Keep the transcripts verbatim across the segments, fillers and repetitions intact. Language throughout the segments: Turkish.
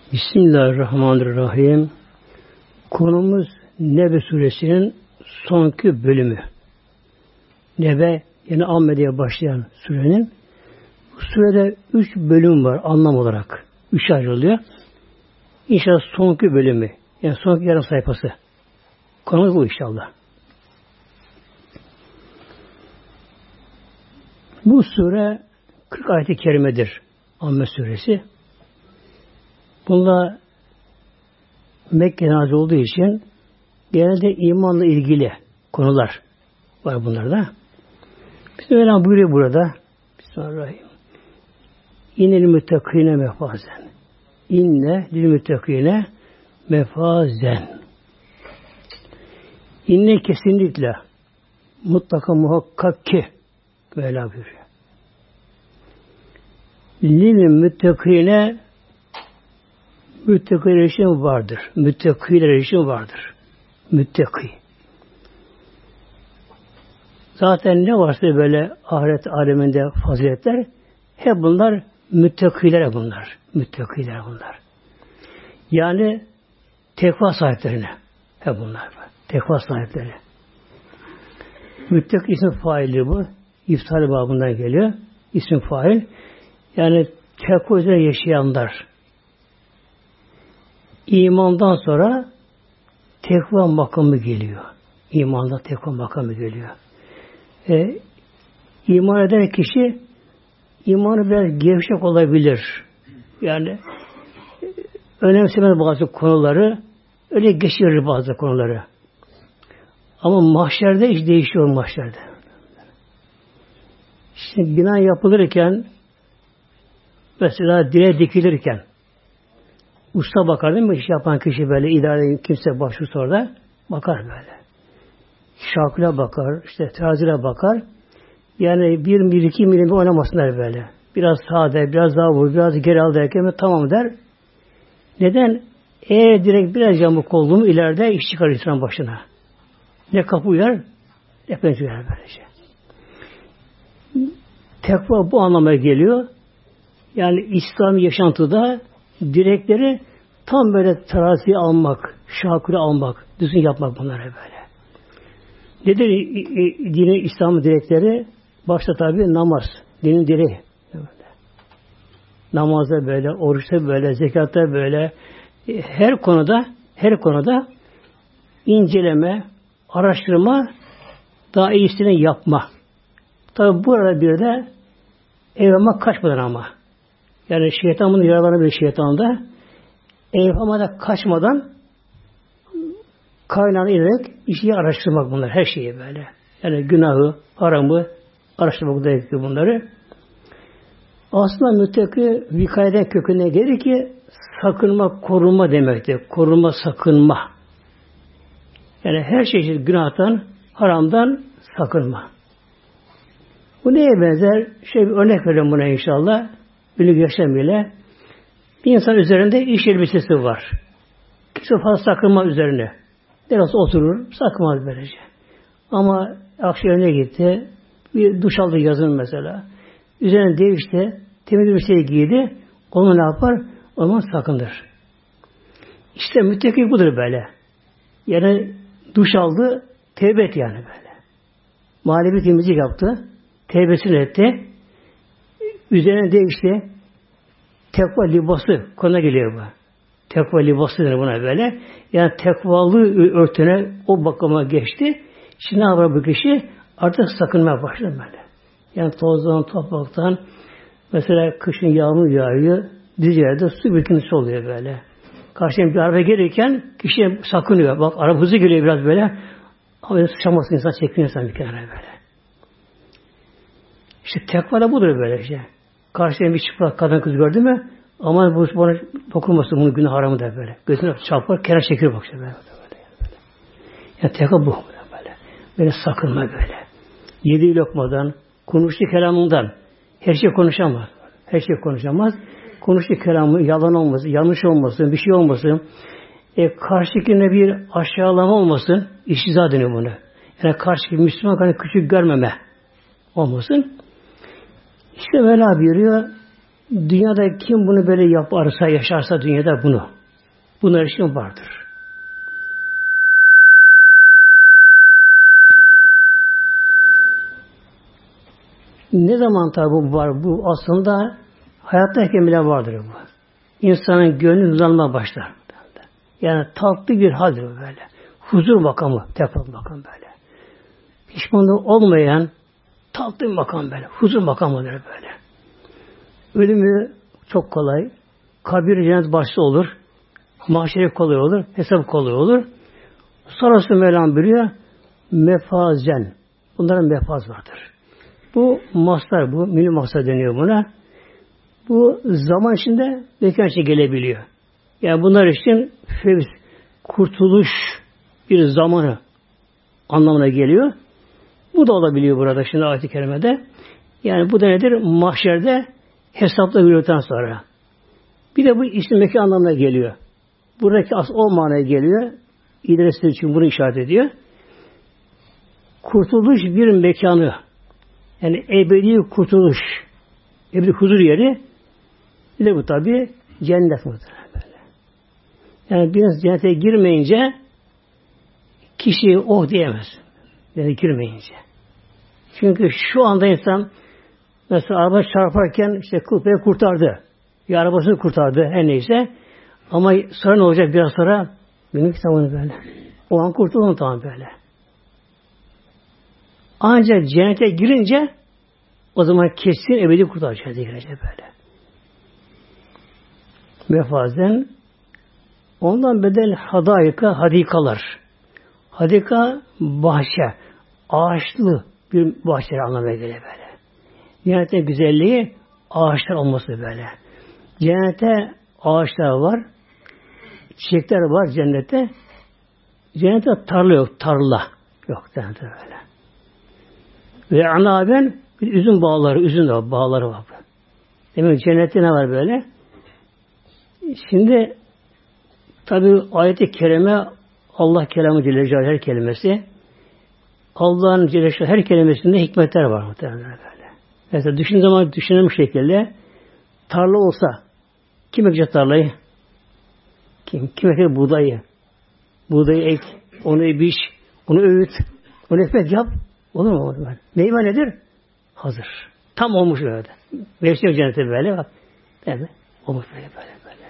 Bismillahirrahmanirrahim. Konumuz Nebe suresinin sonki bölümü. Nebe yani Amme'ye başlayan surenin bu surede üç bölüm var anlam olarak. Üç ayrılıyor. İnşallah sonki bölümü. Yani sonki yarım sayfası. Konumuz bu inşallah. Bu sure kırk ayet-i kerimedir. Amme suresi. Bunlar Mekke nazil olduğu için genelde imanla ilgili konular var bunlarda. Biz Mevlam buyuruyor burada. Bismillahirrahmanirrahim. İnnel müttakine mefazen. İnne lil müttakine mefazen. İnne kesinlikle mutlaka muhakkak ki Mevla buyuruyor. Lil müttakine müttakiler için vardır. Müttakiler için vardır. Müttaki. Zaten ne varsa böyle ahiret aleminde faziletler hep bunlar müttakiler bunlar. Müttakiler bunlar. Yani tekva sahiplerine hep bunlar. Tekva sahipleri. Müttaki isim faili bu. İftar babından geliyor. İsim fail. Yani tekva üzere yaşayanlar. İmandan sonra tekva makamı geliyor. İmanda tekva makamı geliyor. E, iman eden kişi imanı biraz gevşek olabilir. Yani önemsemez bazı konuları, öyle geçirir bazı konuları. Ama mahşerde iş değişiyor mahşerde. Şimdi bina yapılırken mesela direğe dikilirken usta bakar değil mi? İş yapan kişi böyle idare kimse başvursa orada bakar böyle. Şakule bakar, işte terazile bakar. Yani bir, bir, iki milim oynamasınlar böyle. Biraz sağa der, biraz daha vur, biraz geri al derken tamam der. Neden? Eğer direkt biraz yamuk oldu mu ileride iş çıkar insan başına. Ne kapı uyar, ne pencere uyar böylece. Tekva bu anlamaya geliyor. Yani İslami yaşantıda direkleri tam böyle teraziye almak, şakule almak, düzgün yapmak bunlara böyle. Nedir dinin İslam'ın direkleri? Başta tabi namaz, dinin direği. Böyle. Namazda böyle, oruçta böyle, zekatta böyle, her konuda, her konuda inceleme, araştırma, daha iyisini yapma. Tabi burada bir de evlenmek kaçmadan ama. Yani şeytan bunu yaralarına bir şeytanda evhamada kaçmadan kaynağına inerek işi araştırmak bunlar. Her şeyi böyle. Yani günahı, haramı araştırmak gerekiyor bunları. Aslında müttaki vikayeden köküne gelir ki sakınma, korunma demektir. Korunma, sakınma. Yani her şey günahtan, haramdan sakınma. Bu neye benzer? Şey bir örnek verelim buna inşallah. Günlük yaşam ile bir insan üzerinde iş elbisesi var. Kimse fazla sakınma üzerine. Biraz oturur, sakınmaz böylece. Ama akşam önüne gitti, bir duş aldı yazın mesela. Üzerine değişti, temiz bir şey giydi, onu ne yapar? O zaman sakındır. İşte müttaki budur böyle. Yani duş aldı, tevbe etti yani böyle. Manevi temizlik yaptı, tevbesini etti. Üzerine değişti. Tekva libası konuna geliyor bu. Tekva libası denir buna böyle. Yani tekvalı örtüne o bakıma geçti. Şimdi ne yapar bu kişi? Artık sakınmaya başladı böyle. Yani tozdan, topraktan mesela kışın yağmur yağıyor. Düz yerde su birikintisi oluyor böyle. Karşıya bir araba gelirken kişi sakınıyor. Bak araba hızlı geliyor biraz böyle. Ama sıçramasın insan çekiyor insan bir kenara böyle. İşte tekva da budur böyle işte. Karşıya bir çıplak kadın kız gördü mü aman bu bana dokunmasın bunun günah haramı da böyle. Gözüne çarpar kenar çekiyor bak işte böyle. böyle. Yani tekva bu böyle. Böyle sakınma böyle. Yediği lokmadan, konuştuğu kelamından her şey konuşamaz. Her şey konuşamaz. Konuştuğu kelamı yalan olmasın, yanlış olmasın, bir şey olmasın. E, karşıdakine bir aşağılama olmasın. İştiza deniyor bunu. Yani karşıdaki Müslüman hani küçük görmeme olmasın. İşte Mevla buyuruyor, Dünyada kim bunu böyle yaparsa, yaşarsa dünyada bunu. Bunlar için vardır. Ne zaman tabi bu var? Bu aslında hayattayken bile vardır bu. İnsanın gönlü hızlanmaya başlar. Yani tatlı bir haldir böyle. Huzur makamı, tefat makamı böyle. Pişmanlığı olmayan tatlı bir makam böyle. Huzur makamıdır böyle. Ölümü çok kolay. Kabir cennet başta olur. Mahşeri kolay olur. Hesap kolay olur. Sonrası Mevlam buyuruyor. Mefazen. Bunların mefaz vardır. Bu mastar bu. Münü mastar deniyor buna. Bu zaman içinde mekan içinde gelebiliyor. Yani bunlar için fevz, kurtuluş bir zamanı anlamına geliyor. Bu da olabiliyor burada şimdi ayet-i kerimede. Yani bu da nedir? Mahşerde hesapla yürüdükten sonra. Bir de bu isim mekan anlamına geliyor. Buradaki asıl o manaya geliyor. İdrisi için bunu işaret ediyor. Kurtuluş bir mekanı. Yani ebedi kurtuluş. Ebedi huzur yeri. Bir de bu tabi cennet muhtemelen böyle. Yani biraz cennete girmeyince kişi oh diyemez. Yani girmeyince. Çünkü şu anda insan mesela araba çarparken işte kılpayı kurtardı. Ya arabasını kurtardı her neyse. Ama sonra ne olacak biraz sonra? Benim kitabını böyle. O an kurtuldum tamam böyle. Ancak cennete girince o zaman kesin ebedi kurtaracak cennete girince böyle. Mefazen ondan bedel hadayika hadikalar. Hadika bahçe. Ağaçlı bir bahçe anlamına geliyor böyle. Cennete güzelliği ağaçlar olması böyle. Cennete ağaçlar var. Çiçekler var cennette. Cennette tarla yok. Tarla yok cennette böyle. Ve anaben bir üzüm bağları, üzüm de bağları var. Demek cennette ne var böyle? Şimdi tabi ayet-i kerime Allah kelamı Celle Celaluhu her kelimesi. Allah'ın Celle Celaluhu her kelimesinde hikmetler var muhtemelen böyle. Mesela düşündüğüm zaman düşünülmüş şekilde tarla olsa kim ekecek tarlayı? Kim? Kim ekecek buğdayı? Buğdayı ek, onu biç, onu öğüt, onu ekmek yap. Olur mu? Olur mu? Meyve nedir? Hazır. Tam olmuş öyle. Mevsim cenneti böyle bak. Değil mi? Olmuş böyle böyle böyle.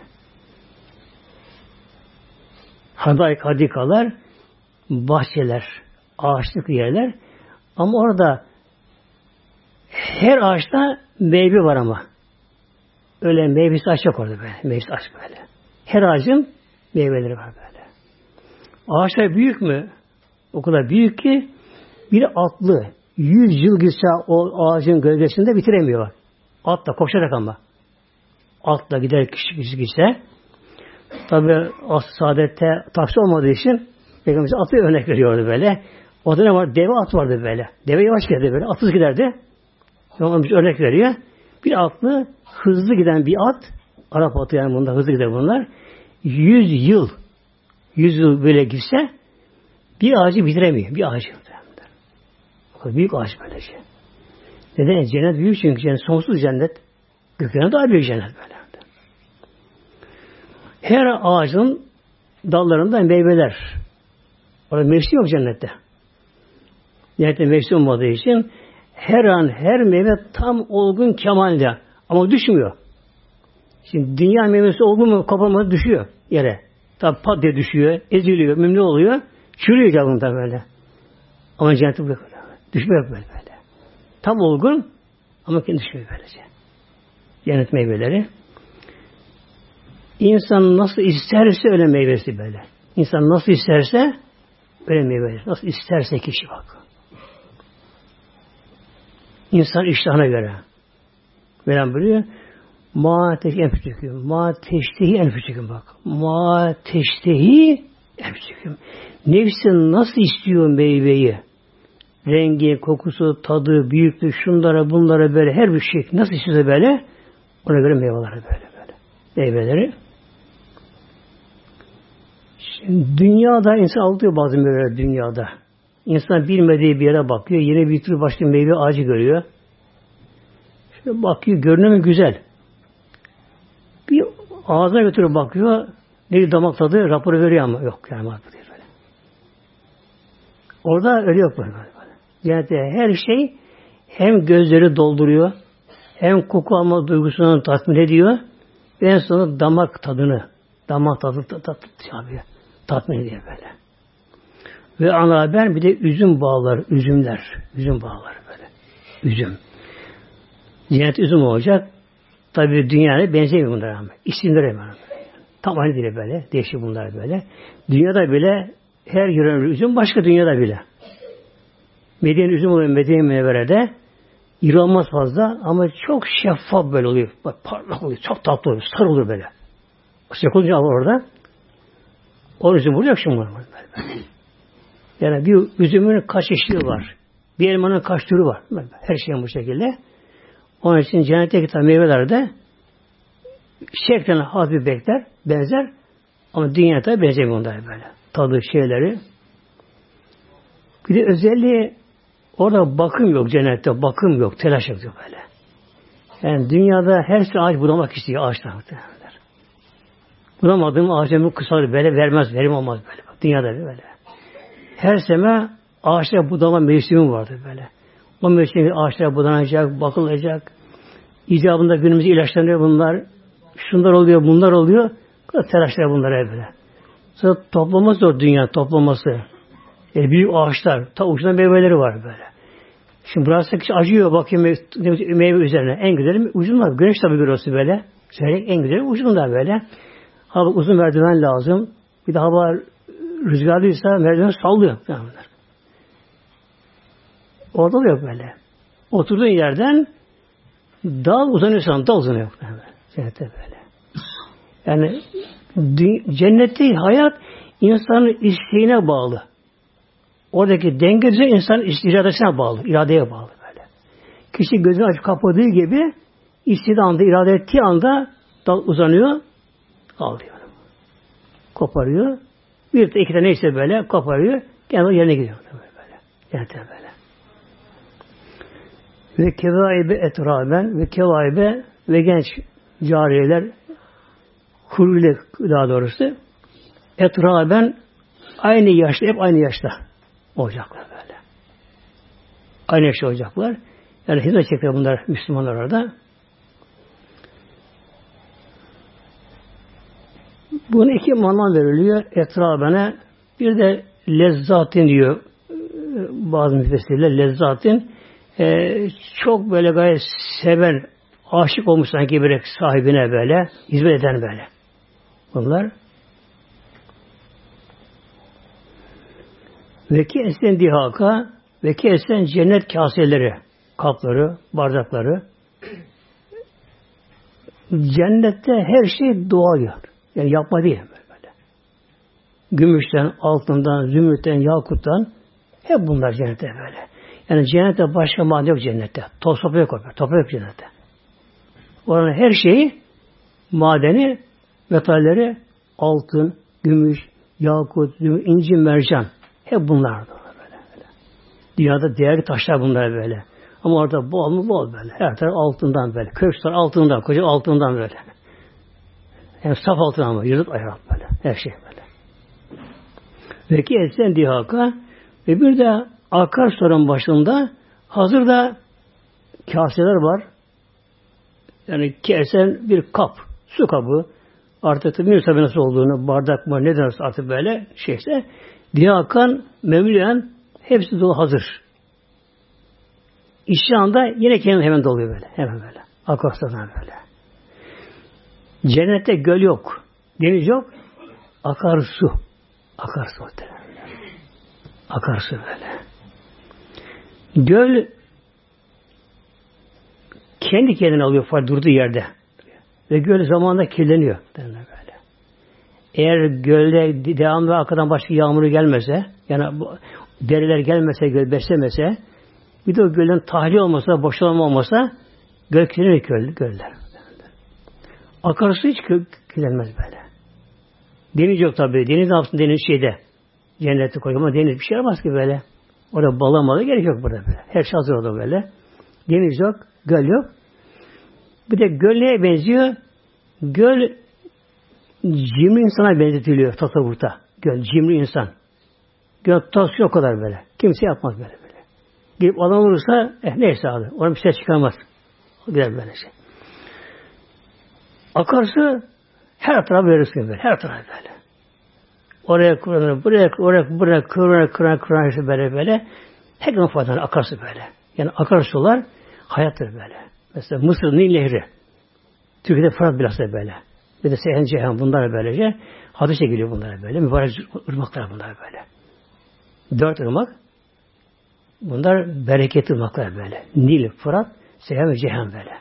Hadayk, hadikalar, bahçeler, ağaçlık yerler. Ama orada her ağaçta meyve var ama. Öyle meyvesi aç yok orada böyle. Meyvesi aç böyle. Her ağacın meyveleri var böyle. Ağaçlar büyük mü? O kadar büyük ki bir atlı yüz yıl gitse o ağacın gölgesinde bitiremiyor. Atla koşarak ama. Atla gider kişi kişi gitse. Tabi Asr-ı Saadet'te taksi olmadığı için Peygamberimiz atı örnek veriyordu böyle. O da ne var? Deve at vardı böyle. Deve yavaş giderdi böyle. Atsız giderdi. Peygamberimiz örnek veriyor. Bir atlı hızlı giden bir at, Arap atı yani bunda hızlı gider bunlar. Yüz yıl yüz yıl böyle gitse bir ağacı bitiremiyor. Bir ağacı. O kadar büyük ağaç böyle şey. Neden? Cennet büyük çünkü cennet sonsuz cennet. Göklerine daha büyük cennet böyle. Her ağacın dallarında meyveler. Orada mevsim yok cennette. Cennette mevsim olmadığı için her an her meyve tam olgun kemalde. Ama düşmüyor. Şimdi dünya meyvesi olgun mu kapanmadı düşüyor yere. Tabi pat diye düşüyor, eziliyor, mümkün oluyor. Çürüyor cevabında böyle. Ama cennette bu böyle. Düşmüyor böyle böyle. Tam olgun ama kendi düşmüyor böylece. Cennet meyveleri. İnsan nasıl isterse öyle meyvesi böyle. İnsan nasıl isterse öyle meyveleri. Nasıl isterse kişi bak. İnsan iştahına göre. Mevlam buyuruyor. Ma teştehi enfüsüküm. Ma teştehi enfüsüküm bak. Ma teştehi enfüsüküm. Nefsin nasıl istiyor meyveyi? Rengi, kokusu, tadı, büyüklüğü, şunlara, bunlara böyle her bir şey nasıl istiyorsa böyle ona göre meyveleri böyle böyle. Meyveleri. Şimdi dünyada insan alıyor bazı meyveler dünyada. İnsan bilmediği bir yere bakıyor. Yine bir tür başka meyve ağacı görüyor. Şöyle bakıyor. Görünüyor mu güzel. Ağzına götürüp bakıyor. Bir damak tadı raporu veriyor ama yok. Yani böyle. Orada öyle yok böyle. Cennette her şey hem gözleri dolduruyor, hem koku alma duygusunu tatmin ediyor, ve en sonunda damak tadını, damak tadı tat, tat, tat, tatmin ediyor böyle. Ve ana haber bir de üzüm bağları, üzümler, üzüm bağları böyle. Üzüm. Cennet üzüm olacak. Tabii dünyaya benzemiyor bunlar ama. İsimleri hemen. Tam aynı değil böyle. Değişik bunlar böyle. Dünyada bile her yören üzüm başka dünyada bile. Medine üzüm oluyor Medine Münevvere'de. İnanılmaz fazla ama çok şeffaf böyle oluyor. Bak parlak oluyor. Çok tatlı oluyor. Sarı olur böyle. Sıcak olunca orada. O üzüm vuracak şimdi. Böyle. Yani bir üzümün kaç çeşidi var. Bir elmanın kaç türü var. Her şeyin bu şekilde. Onun için cennetteki tabi meyvelerde şeklen hafif bekler, benzer ama dünyada benzemiyor onlar böyle. Tadı, şeyleri. Bir de özelliği orada bakım yok cennette. Bakım yok. Telaş yok böyle. Yani dünyada her şey ağaç budamak istiyor. Ağaçlar. Budamadığım ağacımı kısalır. Böyle vermez. Verim olmaz böyle. Dünyada böyle. Her sene ağaçlara budama mevsimi vardır böyle. O mevsimde ağaçlara budanacak, bakılacak. İcabında günümüzde ilaçlanıyor bunlar. Şunlar oluyor, bunlar oluyor. Telaşlar bunlara böyle. Sonra toplaması zor dünya toplaması. Yani büyük ağaçlar, ta ucunda meyveleri var böyle. Şimdi burası acıyor bakayım meyve, meyve üzerine. En güzeli ucunda. Güneş tabi görüyorsun böyle. Seyrek en güzeli ucunda böyle. Hava uzun merdiven lazım. Bir de hava rüzgarlıysa merdiven sallıyor. Orada da yok böyle. Oturduğun yerden dal uzanıyorsan dal uzanıyor. Cennette böyle. Yani cennette hayat insanın isteğine bağlı. Oradaki denge düzeni insanın iradesine bağlı. İradeye bağlı böyle. Kişi gözünü açıp kapadığı gibi istediği anda, irade ettiği anda dal uzanıyor, alıyor. Koparıyor. Bir de iki tane neyse böyle koparıyor. Kendi yerine gidiyor. Böyle. Cennette böyle. Ve kevaibe etraben ve kevaibe ve genç cariyeler hurriyle daha doğrusu etraben aynı yaşta, hep aynı yaşta olacaklar böyle. Aynı yaşta olacaklar. Yani hizmet çekiyor bunlar Müslümanlar orada. Bunun iki mana veriliyor. Etrabene bir de lezzatin diyor bazı müfessirler. Lezzatin e, çok böyle gayet seven, aşık olmuş sanki bir sahibine böyle, hizmet eden böyle. Bunlar. Ve ki esen dihaka ve ki esen cennet kaseleri, kapları, bardakları. Cennette her şey doğuyor. Yani yapma değil böyle. Gümüşten, altından, zümrütten, yakuttan hep bunlar cennette böyle. Yani cennette başka madde yok cennette. Toz toprak yok. Toprak yok cennette. Oranın her şeyi madeni, metalleri altın, gümüş, yakut, zümrüt, inci, mercan. Hep bunlar böyle, böyle. Dünyada değerli taşlar bunlar böyle. Ama orada bol mu bol böyle. Her taraf altından böyle. Köşkler altından, koca altından böyle. Yani saf altından ama yırtıp ayıran böyle. Her şey böyle. Ve ki etsen dihaka ve bir de akarsuların başında hazır da kaseler var. Yani kesen bir kap, su kabı. Artık tabi tabi nasıl olduğunu, bardak mı, ne nasıl artık böyle şeyse dihakan, memlüyen hepsi dolu hazır. İşi anda yine kendi hemen doluyor böyle. Hemen böyle. Akarsudan böyle. Cennette göl yok. Deniz yok. Akarsu. Akarsu. Akarsu böyle. Göl kendi kendine alıyor falan durduğu yerde. Ve göl zamanında kirleniyor. Böyle. Eğer gölde devamlı arkadan başka yağmuru gelmese, yani bu dereler gelmese, göl beslemese, bir de o gölün tahliye olmasa, boşalma olmasa, göl kirlenir göl, göller. Akarsu hiç kirlenmez böyle. Deniz yok tabii. Deniz ne yapsın? Deniz şeyde. Cennette koyuyor ama deniz bir şey yapmaz ki böyle. Orada balamalı gerek yok burada böyle. Her şey hazır orada böyle. Deniz yok, göl yok. Bir de göl neye benziyor? Göl cimri insana benzetiliyor tasavvufta. Gön, cimri insan. Gön tutası o kadar böyle. Kimse yapmaz böyle böyle. Gelip adam olursa eh, neyse abi. Ona bir ses çıkarmaz. Gider böyle şey. Akarsu her tarafa verirsin böyle. Her tarafa böyle. Oraya kıranır, buraya oraya buraya kıranır, kıranır, kıranır böyle böyle. Herkesin faydalanır akarsu böyle. Yani akarsular hayattır böyle. Mesela Mısır Nil Nehri. Türkiye'de Fırat bilhassa böyle. Bir de Seyhan Ceyhan bunlar böylece. Hadise geliyor bunlara böyle. Mübarek ırmaklar bunlar böyle. Dört ırmak. Bunlar bereketli ırmaklar böyle. Nil, Fırat, Seyhan ve Ceyhan böyle.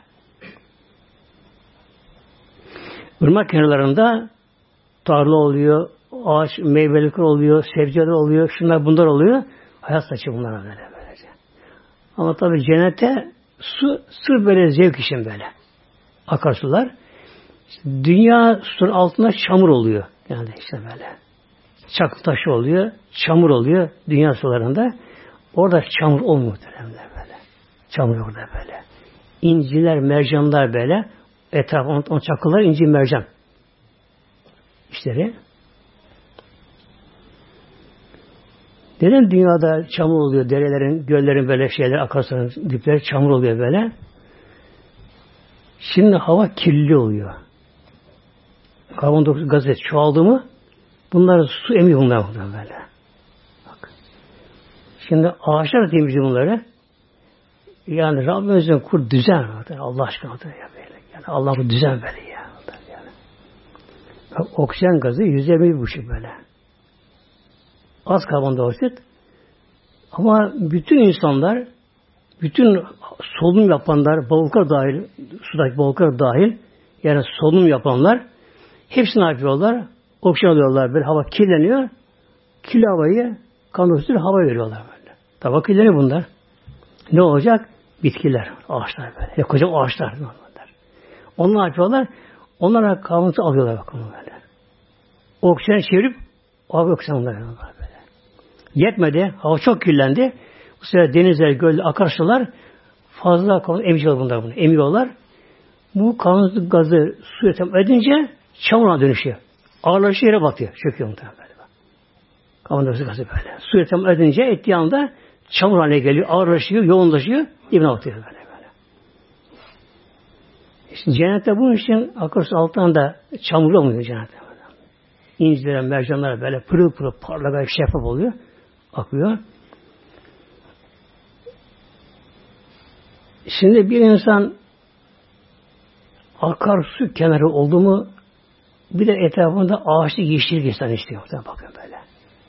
Irmak kenarlarında tarla oluyor, ağaç, meyvelikler oluyor, sebzeler oluyor, şunlar bunlar oluyor. Hayat saçı bunlara böyle böylece. Ama tabii cennete su sırf böyle zevk için böyle. Akarsular. İşte dünya suların altında çamur oluyor. Yani işte böyle. Çakıl taşı oluyor, çamur oluyor dünya sularında. Orada çamur olmuyor böyle. Çamur orada böyle. İnciler, mercanlar böyle. Etrafı on çakıllar, inci, mercan. İşleri. Neden dünyada çamur oluyor? Derelerin, göllerin böyle şeyler, akarsuların dipleri çamur oluyor böyle. Şimdi hava kirli oluyor. Karbondioksit gazı çoğaldı mı bunlar su emiyor bunlar böyle. Bak. Şimdi ağaçlar temizliyor bunları. Yani Rabbimizin kur düzen Allah aşkına ya böyle. Yani Allah bu düzen böyle ya. Yani. Bak, oksijen gazı yüzde bir buçuk böyle. Az karbondioksit. Ama bütün insanlar, bütün solunum yapanlar, balıklar dahil, sudaki balıklar dahil, yani solunum yapanlar, hepsini yapıyorlar. Oksijen alıyorlar. Böyle hava kirleniyor. Kirli havayı karbondioksit hava veriyorlar böyle. Tabii kirleniyor bunlar. Ne olacak? Bitkiler, ağaçlar böyle. Ya koca ağaçlar. Onlar yapıyorlar. Onlar karbondioksit alıyorlar bakalım böyle. Oksijen çevirip hava oksijen alıyorlar böyle. Yetmedi. Hava çok kirlendi. Bu sefer denizler, göller, akarsular fazla karbondioksit emiyorlar bunlar bunu. Emiyorlar. Bu karbondioksit gazı suya tam edince çamura dönüşüyor. Ağırlaşıyor, yere batıyor. Çöküyor muhtemelen böyle. Karbondioksit gazı böyle. Suya tam edince ettiği anda çamur haline geliyor. Ağırlaşıyor, yoğunlaşıyor. Dibine atıyor böyle böyle. İşte cennette bunun için akarsu altından da çamur olmuyor cennette. İnciler, mercanlar böyle pırıl pırıl parlak şeffaf oluyor. Akıyor. Şimdi bir insan akarsu kenarı oldu mu bir de etrafında ağaçlı yeşillik insan istiyor. Bakın böyle.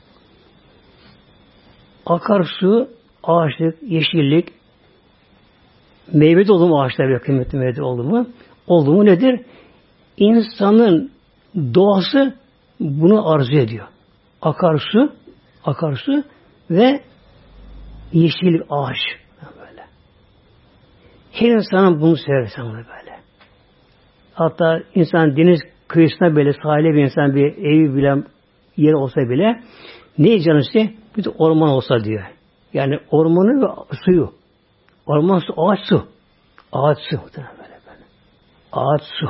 Akarsu, ağaçlık, yeşillik, meyve dolu mu ağaçlar böyle kıymetli meyve oldu mu? Oldu mu nedir? İnsanın doğası bunu arzu ediyor. Akarsu, akarsu ve yeşillik ağaç. Böyle. Her insanın bunu sever sanırım böyle. Hatta insan deniz kıyısına böyle sahile bir insan bir evi bile yer olsa bile ne canı istiyor? Bir de orman olsa diyor. Yani ormanı ve suyu. Orman su, ağaç su. Ağaç su. Böyle böyle. Ağaç su.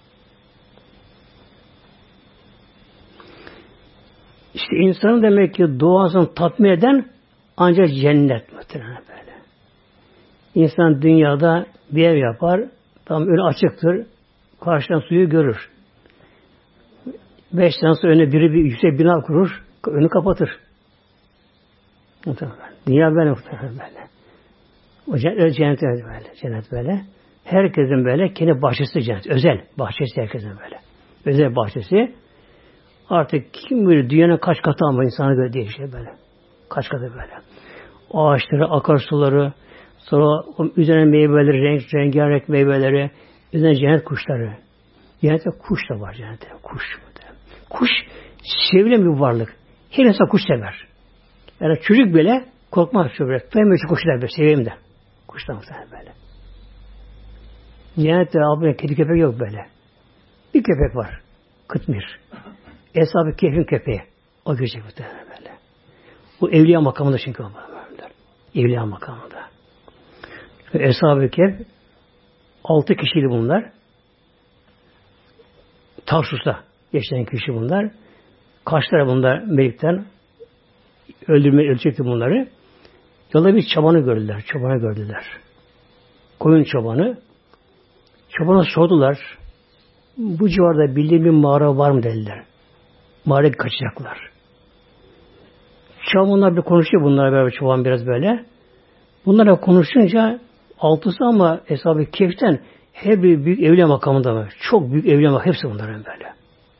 İşte insanın demek ki doğasını tatmin eden ancak cennet muhtemelen böyle. İnsan dünyada bir ev yapar, tam önü açıktır, karşıdan suyu görür. Beş sene sonra önüne biri bir yüksek bina kurur, önü kapatır. Muhtemelen. Dünya böyle muhtemelen böyle. O cennet, cennet böyle. Cennet böyle. Herkesin böyle kendi bahçesi cennet. Özel bahçesi herkesin böyle. Özel bahçesi. Artık kim bilir dünyanın kaç katı ama insana göre değişiyor böyle. Kaç katı böyle. Ağaçları, akarsuları, sonra üzerine meyveleri, renk, rengarenk meyveleri, üzerine cennet kuşları. Cennette kuş da var cennette. Kuş. Kuş sevilen bir varlık. Her insan kuş sever. Yani çocuk bile korkmaz şöyle. Ben böyle kuşlar böyle seveyim de. Kuşlar muhtemelen böyle. Cennette abone kedi köpek yok böyle. Bir köpek var. Kıtmir. Eshab-ı Kehf'in köpeği. O görecek muhtemelen böyle. Bu evliya makamında çünkü o böyle. Evliya makamında. Eshab-ı Kehf altı kişiydi bunlar. Tarsus'ta. yaşayan kişi bunlar. Kaçtılar bunlar Melik'ten. Öldürme, ölecekti bunları. Yolda bir çobanı gördüler. Çobanı gördüler. Koyun çobanı. Çobana sordular. Bu civarda bildiğin bir mağara var mı dediler. Mağaraya kaçacaklar. Çobanlar bir konuşuyor bunlara beraber çoban biraz böyle. Bunlarla konuşunca altısı ama Eshab-ı Kehf'ten her bir büyük evliya makamında var. Çok büyük evliya makamında. Hepsi bunların böyle.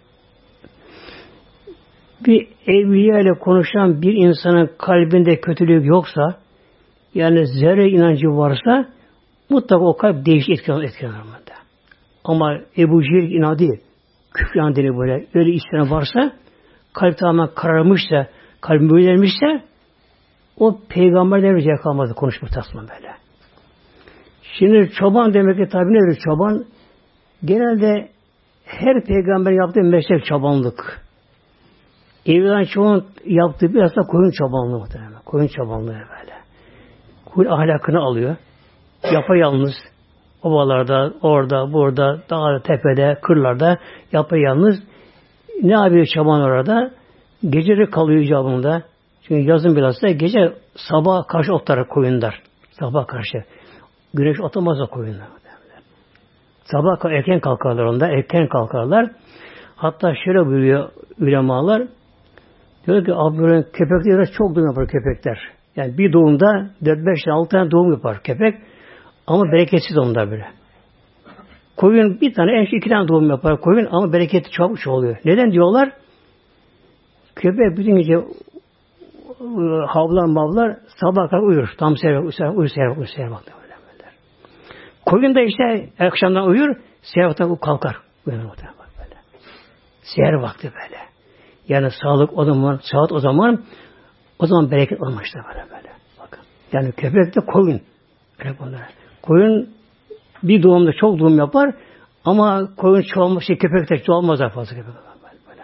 Bir evliya ile konuşan bir insanın kalbinde kötülük yoksa, yani zerre inancı varsa mutlaka o kalp değişik etkiler etkiler. Ama Ebu Cehil inadı, küfran deniyor böyle, öyle isyan varsa, kalp tamamen kararmışsa, kalp mühürlenmişse, o peygamberden ricaya kalmazdı konuşma tasman böyle. Şimdi çoban demek ki tabi nedir çoban? Genelde her peygamber yaptığı meslek çobanlık. Evliyan çoğun yaptığı biraz da koyun çobanlığı muhtemelen. Koyun çobanlığı böyle. Koyun ahlakını alıyor. Yapayalnız ovalarda, orada, burada, dağda, tepede, kırlarda yapayalnız. Ne yapıyor çoban orada? Geceleri kalıyor icabında. Çünkü yazın bilhassa gece sabah karşı otlar koyunlar. Sabah karşı. Güneş otamazsa koyunlar. Sabah erken kalkarlar onda. Erken kalkarlar. Hatta şöyle buyuruyor ulemalar. Diyor ki abi köpekler çok doğum yapar köpekler. Yani bir doğumda dört beş altı tane doğum yapar köpek. Ama bereketsiz onlar böyle. Koyun bir tane en şey iki tane doğum yapar koyun ama bereketi çabuk oluyor. Neden diyorlar? Köpek bütün gece havlar mavlar sabah kadar uyur. Tam seyrek uyur seyrek uyur seyrek uyur seyrek uyur. Koyun da işte akşamdan uyur seyrek kalkar. Uyanır böyle. Seher vakti böyle. Yani sağlık o zaman, saat o zaman o zaman bereket olmuşlar böyle böyle. Bakın. Yani köpek de koyun. Böyle bunlar. Koyun bir doğumda çok doğum yapar ama koyun çoğalmış, şey, köpek de çoğalmaz daha fazla köpek böyle, böyle.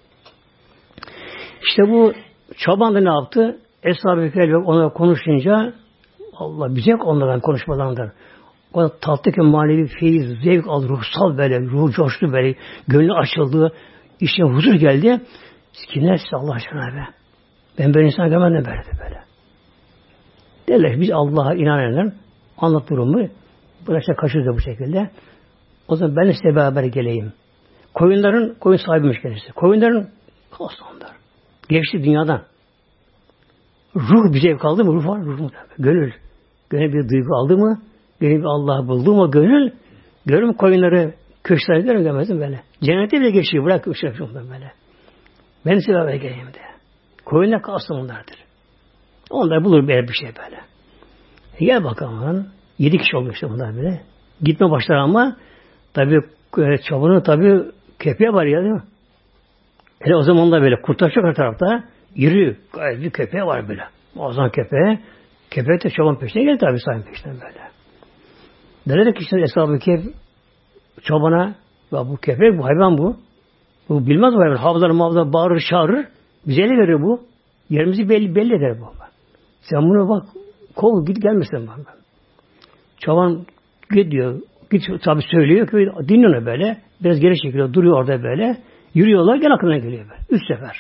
İşte bu çoban da ne yaptı? Eshab-ı Kehf onunla konuşunca Allah bize onlardan konuşmalarından o tatlı ki manevi feyiz, zevk aldı, ruhsal böyle, ruhu coştu böyle, gönlü açıldı, içine huzur geldi. Kimler size Allah aşkına be? Ben böyle insan görmedim böyle böyle. Derler biz Allah'a inananlar anlat durumu. Bu işte kaçırdı bu şekilde. O zaman ben de size beraber geleyim. Koyunların, koyun sahibiymiş kendisi. Koyunların kalsınlar. Geçti dünyadan. Ruh bir zevk aldı mı? Ruh var, ruh mu? Gönül. Gönül bir duygu aldı mı? Gönül bir Allah'ı buldu mu? Gönül. Görür mü koyunları? Köşkleri görür mü? Görmezdim böyle. Cennete bile geçiyor. Bırak köşkleri böyle. Ben size beraber geleyim de. Koyunlar kalsın onlardır. Onlar bulur bir şey böyle. Gel bakalım. Yedi kişi olmuştu bunlar böyle. Gitme başlar ama tabii çobanın tabii köpeği var ya değil mi? Hele o zaman da böyle kurtlar çok her tarafta yürüyor. Gayet bir köpeği var böyle. O zaman köpeği köpek de çoban peşine geldi tabii sahip peşine böyle. Nerede kişiler Eshab-ı Kehf çobana ya bu köpek bu hayvan bu. Bu bilmez bu hayvan. Havlar mavlar bağırır çağırır. Bize ele verir bu. Yerimizi belli, belli eder bu. Sen bunu bak kov git gelmesin bak. Çoban gidiyor. Git tabi söylüyor ki dinliyor böyle. Biraz geri çekiliyor. Duruyor orada böyle. Yürüyorlar gel aklına geliyor böyle. Üç sefer.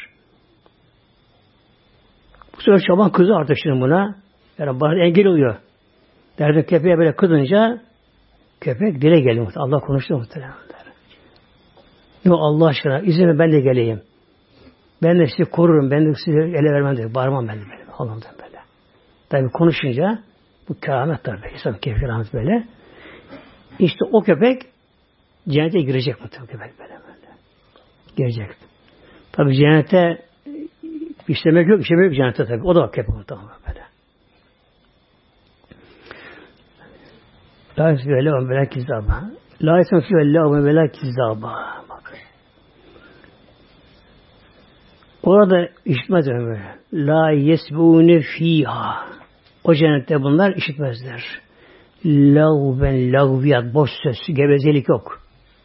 Bu sefer çoban kızı artık şimdi buna. Yani bana engel oluyor. Derdi köpeğe böyle kızınca köpek dile geliyor. Allah konuştu muhtemelen. Yok Allah aşkına izin ver ben de geleyim. Ben de sizi korurum. Ben de size ele vermem diyor. Bağırmam ben de böyle. Allah'ımdan böyle. Tabi konuşunca bu keramet tabi. İnsan keyif keramet böyle. İşte o köpek cennete girecek mi tabi köpek böyle böyle. Girecek. Tabi cennete işlemek yok, işlemek yok cennete tabi. O da köpek tamam böyle. La yusuf ve la ve kizaba. La yusuf ve la ve la kizaba. Orada işitmez ömür. La yesbûne fîhâ. O cennette bunlar işitmezler. Lağven lağviyat, boş söz, gevezelik yok.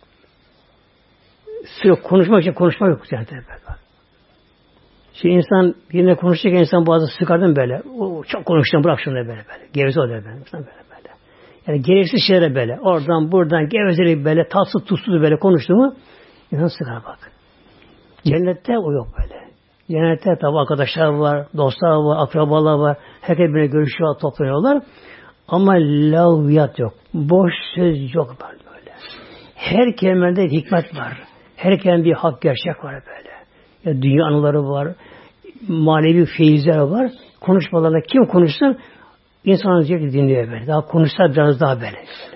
Sürekli konuşmak için konuşma yok cennette. Şimdi insan birine konuşacak insan bazı sıkardım böyle. O çok konuştum bırak şunu böyle böyle. Geveze oluyor böyle. Böyle böyle. Yani gereksiz şeylere böyle. Oradan buradan gevezelik böyle tatsız tuzsuz böyle konuştuğumu insan sıkar bak. Cennette o yok böyle. Cennette tabi arkadaşlar var, dostlar var, akrabalar var. Herkes birbirine görüşüyor, toplanıyorlar. Ama laviyat yok. Boş söz yok böyle. Her kelimede hikmet var. Her kelimede bir hak, gerçek var böyle. Ya dünya anıları var. Manevi feyizler var. Konuşmalarında kim konuşsun insan zevkle dinliyor böyle. Daha konuşsa biraz daha böyle.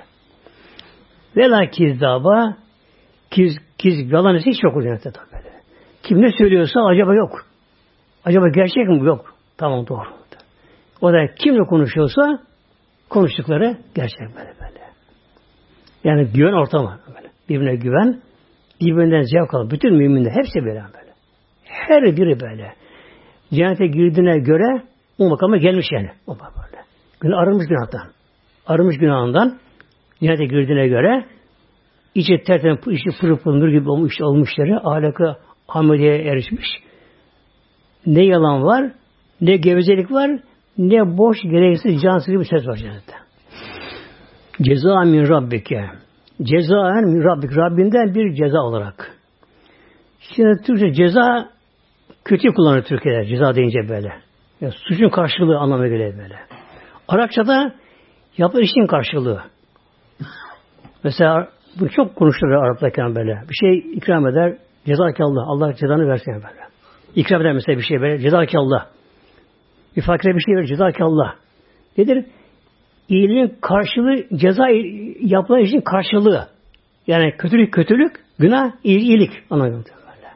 Vela kizdaba kiz, kiz yalan hiç yok o cennette böyle. Kim ne söylüyorsa acaba yok. Acaba gerçek mi? Yok. Tamam doğru. O da kimle konuşuyorsa konuştukları gerçek böyle böyle. Yani güven ortamı böyle. Birbirine güven, birbirinden zevk alır. Bütün müminler hepsi böyle böyle. Her biri böyle. Cennete girdiğine göre o makama gelmiş yani. O böyle. Günah arınmış günahtan. Arınmış günahından cennete girdiğine göre içi tertemiz, içi pırıl pırıl nur gibi olmuş, olmuşları ahlaka hamideye erişmiş. Ne yalan var, ne gevezelik var, ne boş gereksiz cansız bir ses var cennette. Ceza min rabbike. Cezaen min rabbik. Rabbinden bir ceza olarak. Şimdi Türkçe ceza kötü kullanır Türkiye'de ceza deyince böyle. Yani suçun karşılığı anlamına geliyor böyle. Arapçada yapılan işin karşılığı. Mesela bu çok konuşulur Arap'tayken böyle. Bir şey ikram eder, ceza ki Allah. Allah cezanı versin böyle. İkram eder mesela bir şey böyle, ceza ki Allah. Bir fakire bir şey verir, ceza ki Allah. Nedir? İyiliğin karşılığı, ceza yapılan işin karşılığı. Yani kötülük kötülük, günah iyilik anlamında böyle.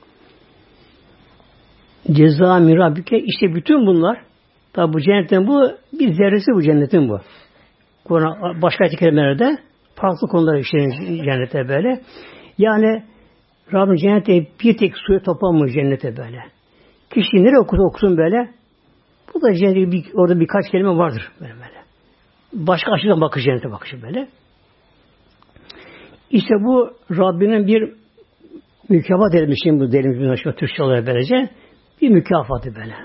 Ceza min rabbike, işte bütün bunlar, tabi bu cennetin bu bir zerresi, bu cennetin bu. Kur'an başka kelimelerde farklı konular işlenir cennete böyle. Yani Rabbim cennete bir tek suya toplanmış cennete böyle. Kişi nereye okusa okusun böyle. Bu da cennete bir, orada birkaç kelime vardır böyle böyle. Başka açıdan bakış cennete bakışı böyle. İşte bu Rabbinin bir mükafat edilmişim bu derin bir Türkçe olarak böylece bir mükafatı böyle.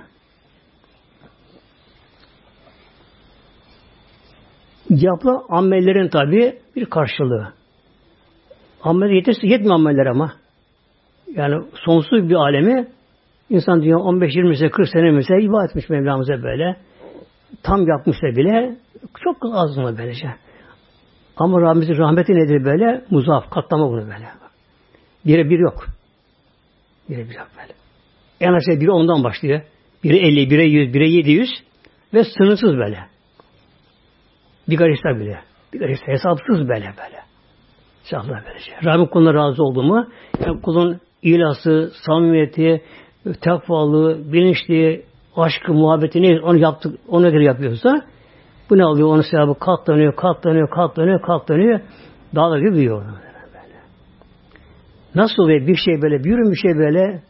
Yapılan amellerin tabi bir karşılığı. Ameller yeterse yetmiyor ameller ama. Yani sonsuz bir alemi insan dünya on beş yirmi sene kırk sene mesela ibadet etmiş Mevlamıza böyle. Tam yapmışsa bile çok az mı böylece. Ama Rabbimizin rahmeti nedir böyle? Muzaf, katlama bunu böyle. Bire bir yok. Bire bir yok böyle. En aşağı biri ondan başlıyor. Biri elli, bire yüz, bire yedi yüz ve sınırsız böyle. Bir garista bile. Bir garista hesapsız böyle böyle. İnşallah böylece. Rabbim kuluna razı oldu mu? Yani kulun ilası, samimiyeti, takvalığı, bilinçliği, aşkı, muhabbeti ne onu yaptık, ona göre yapıyorsa bu ne oluyor? Onun sevabı katlanıyor, katlanıyor, katlanıyor, katlanıyor. Dağlar gibi büyüyor. Böyle. Nasıl oluyor? Bir şey böyle, büyür bir şey böyle.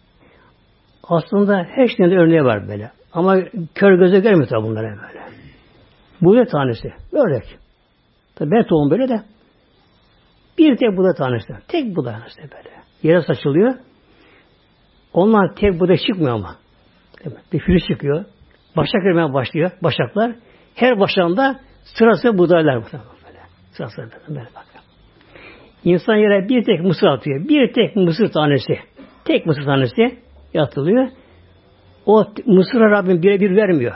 Aslında her şeyin de örneği var böyle. Ama kör göze gelmiyor tabi bunlara böyle. Buğday tanesi. Örnek. Tabi ben tohum böyle de. Bir tek buğday tanesi. Tek buğday tanesi böyle. Yere saçılıyor. Onlar tek buğday çıkmıyor ama. Bir filiz çıkıyor. Başak vermeye başlıyor. Başaklar. Her başağında sırası buğdaylar. Böyle. Sırası böyle. Böyle bak. İnsan yere bir tek mısır atıyor. Bir tek mısır tanesi. Tek mısır tanesi yatılıyor. O mısıra Rabbim birebir vermiyor.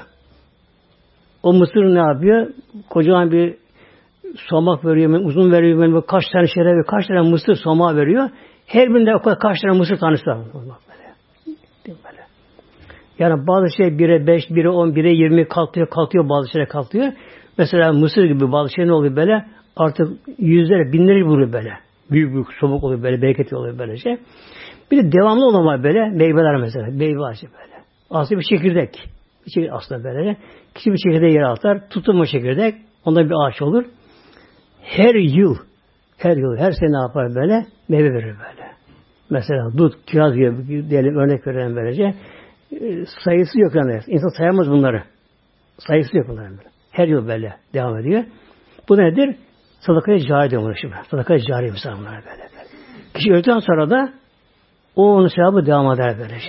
O mısır ne yapıyor? Kocaman bir somak veriyor, uzun veriyor, kaç tane şere veriyor, kaç tane mısır somağı veriyor. Her birinde o kadar kaç tane mısır tanesi var. Böyle. Yani bazı şey bire beş, bire on, bire yirmi kalkıyor, kalkıyor bazı şeyler kalkıyor. Mesela mısır gibi bazı şey ne oluyor böyle? Artık yüzleri, binleri vuruyor böyle. Büyük büyük sobuk oluyor böyle, bereketli oluyor böylece. Bir de devamlı olan var böyle, meyveler mesela, meyve ağacı böyle. Aslında bir çekirdek. Bir çekirdek aslında böyle. Kişi bir çekirdeği yere atar, tutulma çekirdek, onda bir ağaç olur. Her yıl, her yıl, her sene ne yapar böyle? Meyve verir böyle. Mesela dut, kiraz gibi diyelim, örnek verelim böylece. E, sayısı yok yani. İnsan sayamaz bunları. Sayısı yok bunların böyle. Her yıl böyle devam ediyor. Bu nedir? Sadaka-i cari diyor bunu şimdi. Sadaka-i cari mesela bunlar böyle, böyle. Kişi öldükten sonra da o onun sevabı devam eder böylece.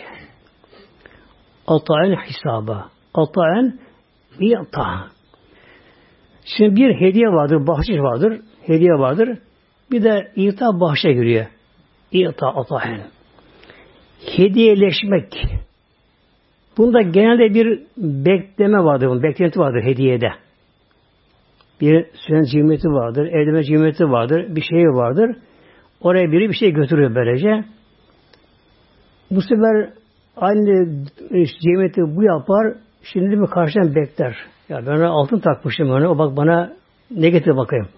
Ata'en hesaba. Ata'en iyata. Şimdi bir hediye vardır, bahşiş vardır, hediye vardır. Bir de ita bahşe giriyor. İta ata'en. Hediyeleşmek. Bunda genelde bir bekleme vardır, bunun beklenti vardır hediyede. Bir süren cimriyeti vardır, evlenme cimriyeti vardır, bir şey vardır. Oraya biri bir şey götürüyor böylece. Bu sefer aynı cimriyeti bu yapar, şimdi mi karşıdan bekler. Ya ben ona altın takmışım ona, o bak bana ne getir bakayım.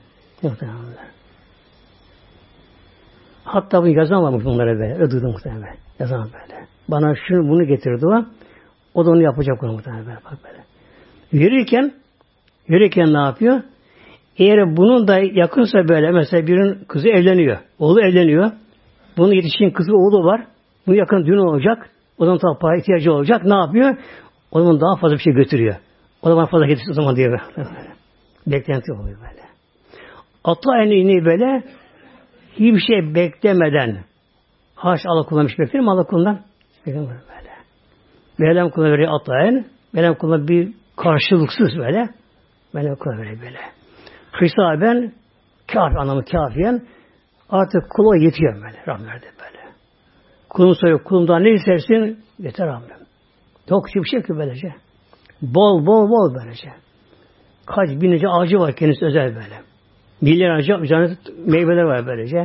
Hatta bunu yazamamış bunlara böyle, öyle duydum muhtemelen. Yazamam böyle. Bana şunu bunu getirdi o. O da onu yapacak onu muhtemelen böyle. Bak böyle. Yürürken yürürken ne yapıyor? Eğer bunun da yakınsa böyle mesela birinin kızı evleniyor. Oğlu evleniyor. Bunun yetişkin kızı oğlu var. Bu yakın düğün olacak. O zaman tabi para ihtiyacı olacak. Ne yapıyor? O zaman daha fazla bir şey götürüyor. O zaman fazla getirsin o zaman diyor böyle. Beklenti oluyor böyle. Atla aynı iğneyi böyle hiçbir şey beklemeden haş Allah kullanmış bekler mi Allah kullandan? Beklemez böyle. Mevlam kullanır böyle atlayan. Mevlam kullanır bir karşılıksız böyle. Mevlam kullanır böyle böyle. Hisaben kafi anlamı kafiyen artık kula yetiyor böyle. Rabbim verdi böyle. Kulum soruyor. Kulumdan ne istersin? Yeter Rabbim. Çok bir şey ki böylece. Bol bol bol böylece. Kaç binlerce ağacı var kendisi özel böyle. Milyarlarca üzerinde meyveler var böylece.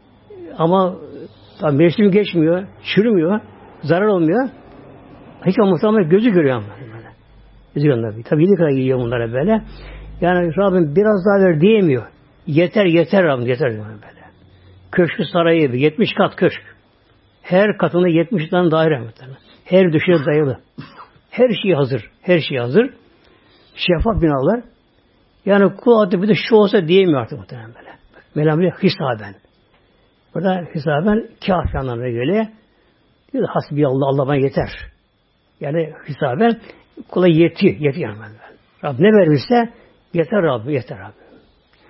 Ama tabi mevsim geçmiyor, çürümüyor, zarar olmuyor. Hiç olmazsa ama gözü görüyor ama. Böyle. Gözü görüyor. Tabi yedi kadar yiyor bunlara böyle. Yani Rabbim biraz daha ver diyemiyor. Yeter yeter Rabbim yeter diyor böyle. Köşkü sarayı gibi. Yetmiş kat köşk. Her katında yetmiş tane daire. Her düşe dayalı. Her şey hazır. Her şey hazır. Şeffaf binalar. Yani kul adı bir de şu olsa diyemiyor artık muhtemelen böyle. Mevlam bile hisaben. Burada hisaben kâfi anlamına geliyor. Diyor da hasbiyallah Allah bana yeter. Yani hisaben kula yetiyor. Yetiyor yani. Rabbim ne verirse yeter Rabbim. Yeter Rabbim.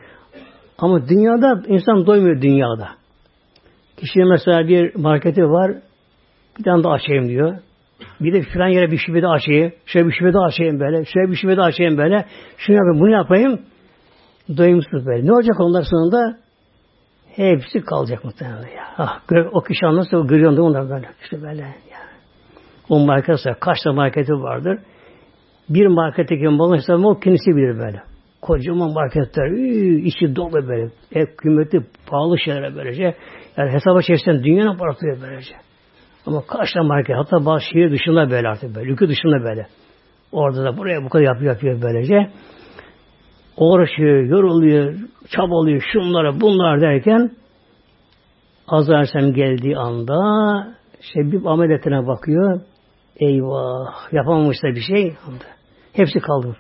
Ama dünyada insan doymuyor dünyada. Kişinin mesela bir marketi var. Bir tane daha açayım diyor. Bir de filan yere bir şube de açayım. Şöyle bir şube de açayım böyle. Şöyle bir şube de açayım böyle. Şunu yapayım, bunu yapayım. Doyumsuz böyle. Ne olacak onlar sonunda? Hepsi kalacak muhtemelen ya. Ah, o kişi anlarsa o görüyor da onlar böyle. İşte böyle ya. O marketse kaç tane marketi vardır. Bir marketteki malın hesabı o kendisi bilir böyle. Kocaman marketler, üü, içi dolu böyle. Hep kıymetli, pahalı şeyler böylece. Yani hesaba çevirsen dünyanın parası böylece. Ama kaç tane market, hatta bazı şehir dışında böyle artık böyle, ülke dışında böyle. Orada da buraya bu kadar yapıyor, yapıyor böylece. Uğraşıyor, yoruluyor, çabalıyor, şunlara, bunlar derken Azrail Aleyhisselam geldiği anda şey bir ameliyatına bakıyor. Eyvah, yapamamışsa bir şey. Hepsi kaldı.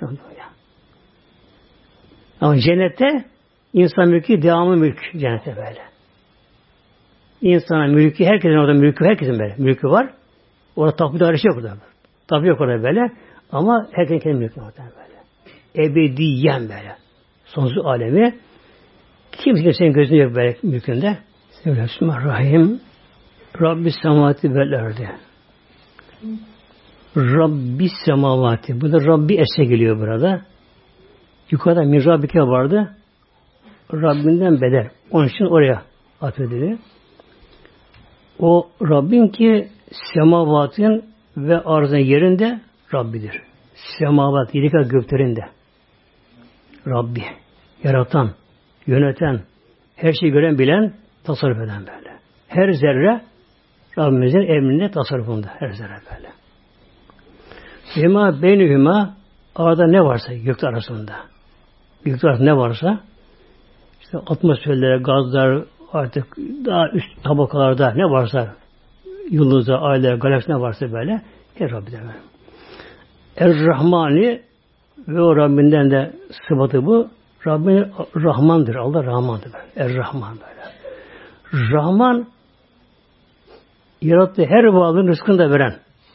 Ama cennette insan mülkü, devamı mülk cennette böyle. İnsana mülkü, herkesin orada mülkü, herkesin böyle mülkü var. Orada tapu dairesi yok orada. Tapu yok orada böyle. Ama herkesin kendi mülkü orada böyle. Ebediyen böyle. Sonsuz alemi. Kimse senin gözünde yok böyle mülkünde. Bismillahirrahmanirrahim. Rabbis semavati vel erdi. Rabbis semavati. Bu da Rabbi esse geliyor burada. Yukarıda min Rabbike vardı. Rabbinden bedel. Onun için oraya atfediliyor. O Rabbin ki semavatın ve arzın yerinde Rabbidir. Semavat, yedi kat göklerinde. Rabbi. Yaratan, yöneten, her şeyi gören, bilen, tasarruf eden böyle. Her zerre Rabbimizin emrinde, tasarrufunda. Her zerre böyle. Sema beynühüma arada ne varsa gökler arasında. Gökler arasında ne varsa işte atmosferlere, gazlar, artık daha üst tabakalarda ne varsa yıldızlar, aylar, galaksi ne varsa böyle her Rabbi'den böyle. Er-Rahmani ve o Rabbinden de sıfatı bu. Rabbin Rahmandır. Allah Rahmandır. Er-Rahman böyle. Rahman yarattığı her varlığın rızkını da veren.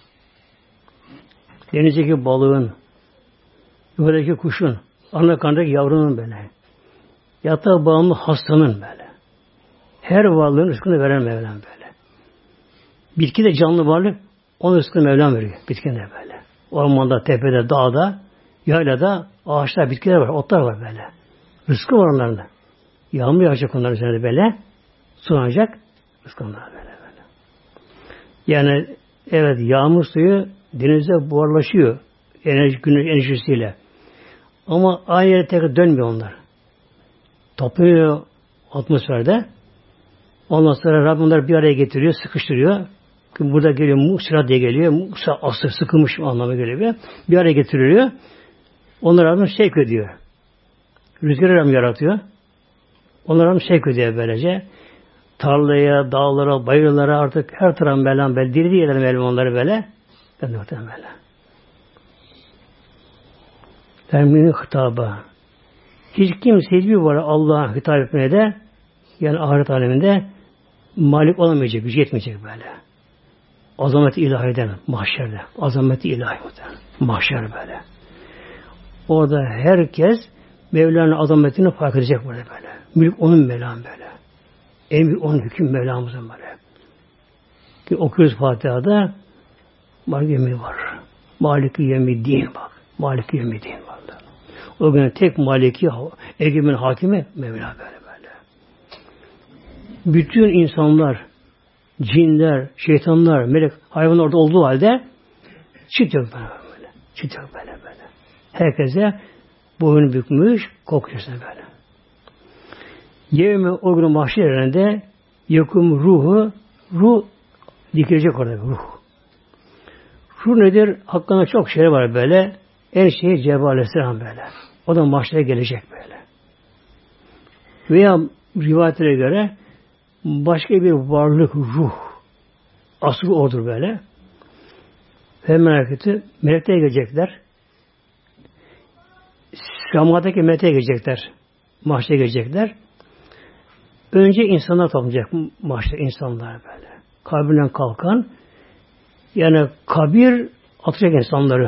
Denizdeki balığın, yukarıdaki kuşun, ana karnındaki yavrunun böyle. Yatağa bağımlı hastanın böyle. Her varlığın rızkını veren Mevlam böyle. Bitki de canlı varlık, onun rızkını Mevlam veriyor. Bitkine de böyle. Ormanda, tepede, dağda, yaylada, ağaçlar, bitkiler var, otlar var böyle. Rızkı var onların da. Yağmur yağacak onların üzerinde böyle. Sulanacak. Rızkı onlara böyle böyle. Yani evet yağmur suyu denizde buharlaşıyor. Enerji, güneş enerjisiyle. Ama aynı yere tekrar dönmüyor onlar. Topluyor atmosferde. Ondan sonra Rabbim onları bir araya getiriyor, sıkıştırıyor. Burada geliyor Musa diye geliyor. Musa asır sıkılmış anlamı geliyor. Bir araya getiriliyor. Onları Rabbim sevk ediyor. Rüzgarı Rabbim yaratıyor. Onları Rabbim sevk ediyor böylece. Tarlaya, dağlara, bayırlara artık her tarafın Mevlam böyle diri diyelim Mevlam onları böyle. Ben de muhtemelen böyle. Terminin hitaba. Hiç kimse hiçbir var Allah'a hitap etmeye de yani ahiret aleminde malik olamayacak, gücü yetmeyecek böyle. Azamet-i ilahiden mahşerde. Azamet-i ilahi mahşer böyle. Orada herkes Mevla'nın azametini fark edecek böyle böyle. Mülk onun Mevlam böyle. En büyük onun hüküm Mevlamızın böyle. Ki okuyoruz Fatiha'da Malik Yemi var. Malik Yemi din bak. Malik Yemi din var. O gün tek maliki egemen hakimi Mevla böyle böyle. Bütün insanlar, cinler, şeytanlar, melek, hayvanlar orada olduğu halde çıt yok böyle böyle. Çıt yok böyle böyle. Herkese boynu bükmüş, kokuyorsun böyle. Yevme o gün mahşer yerinde yakum ruhu, ruh dikilecek orada ruh. Ruh nedir? Hakkında çok şey var böyle. En şey Cebrail Aleyhisselam böyle. O da mahşere gelecek böyle. Veya rivayetlere göre başka bir varlık, ruh aslı odur böyle. Ve meleketi melekler gelecekler. Semadaki melekler gelecekler. Mahşere gelecekler. Önce insanlar toplanacak mahşere insanlar böyle. Kabrinden kalkan yani kabir atacak insanları.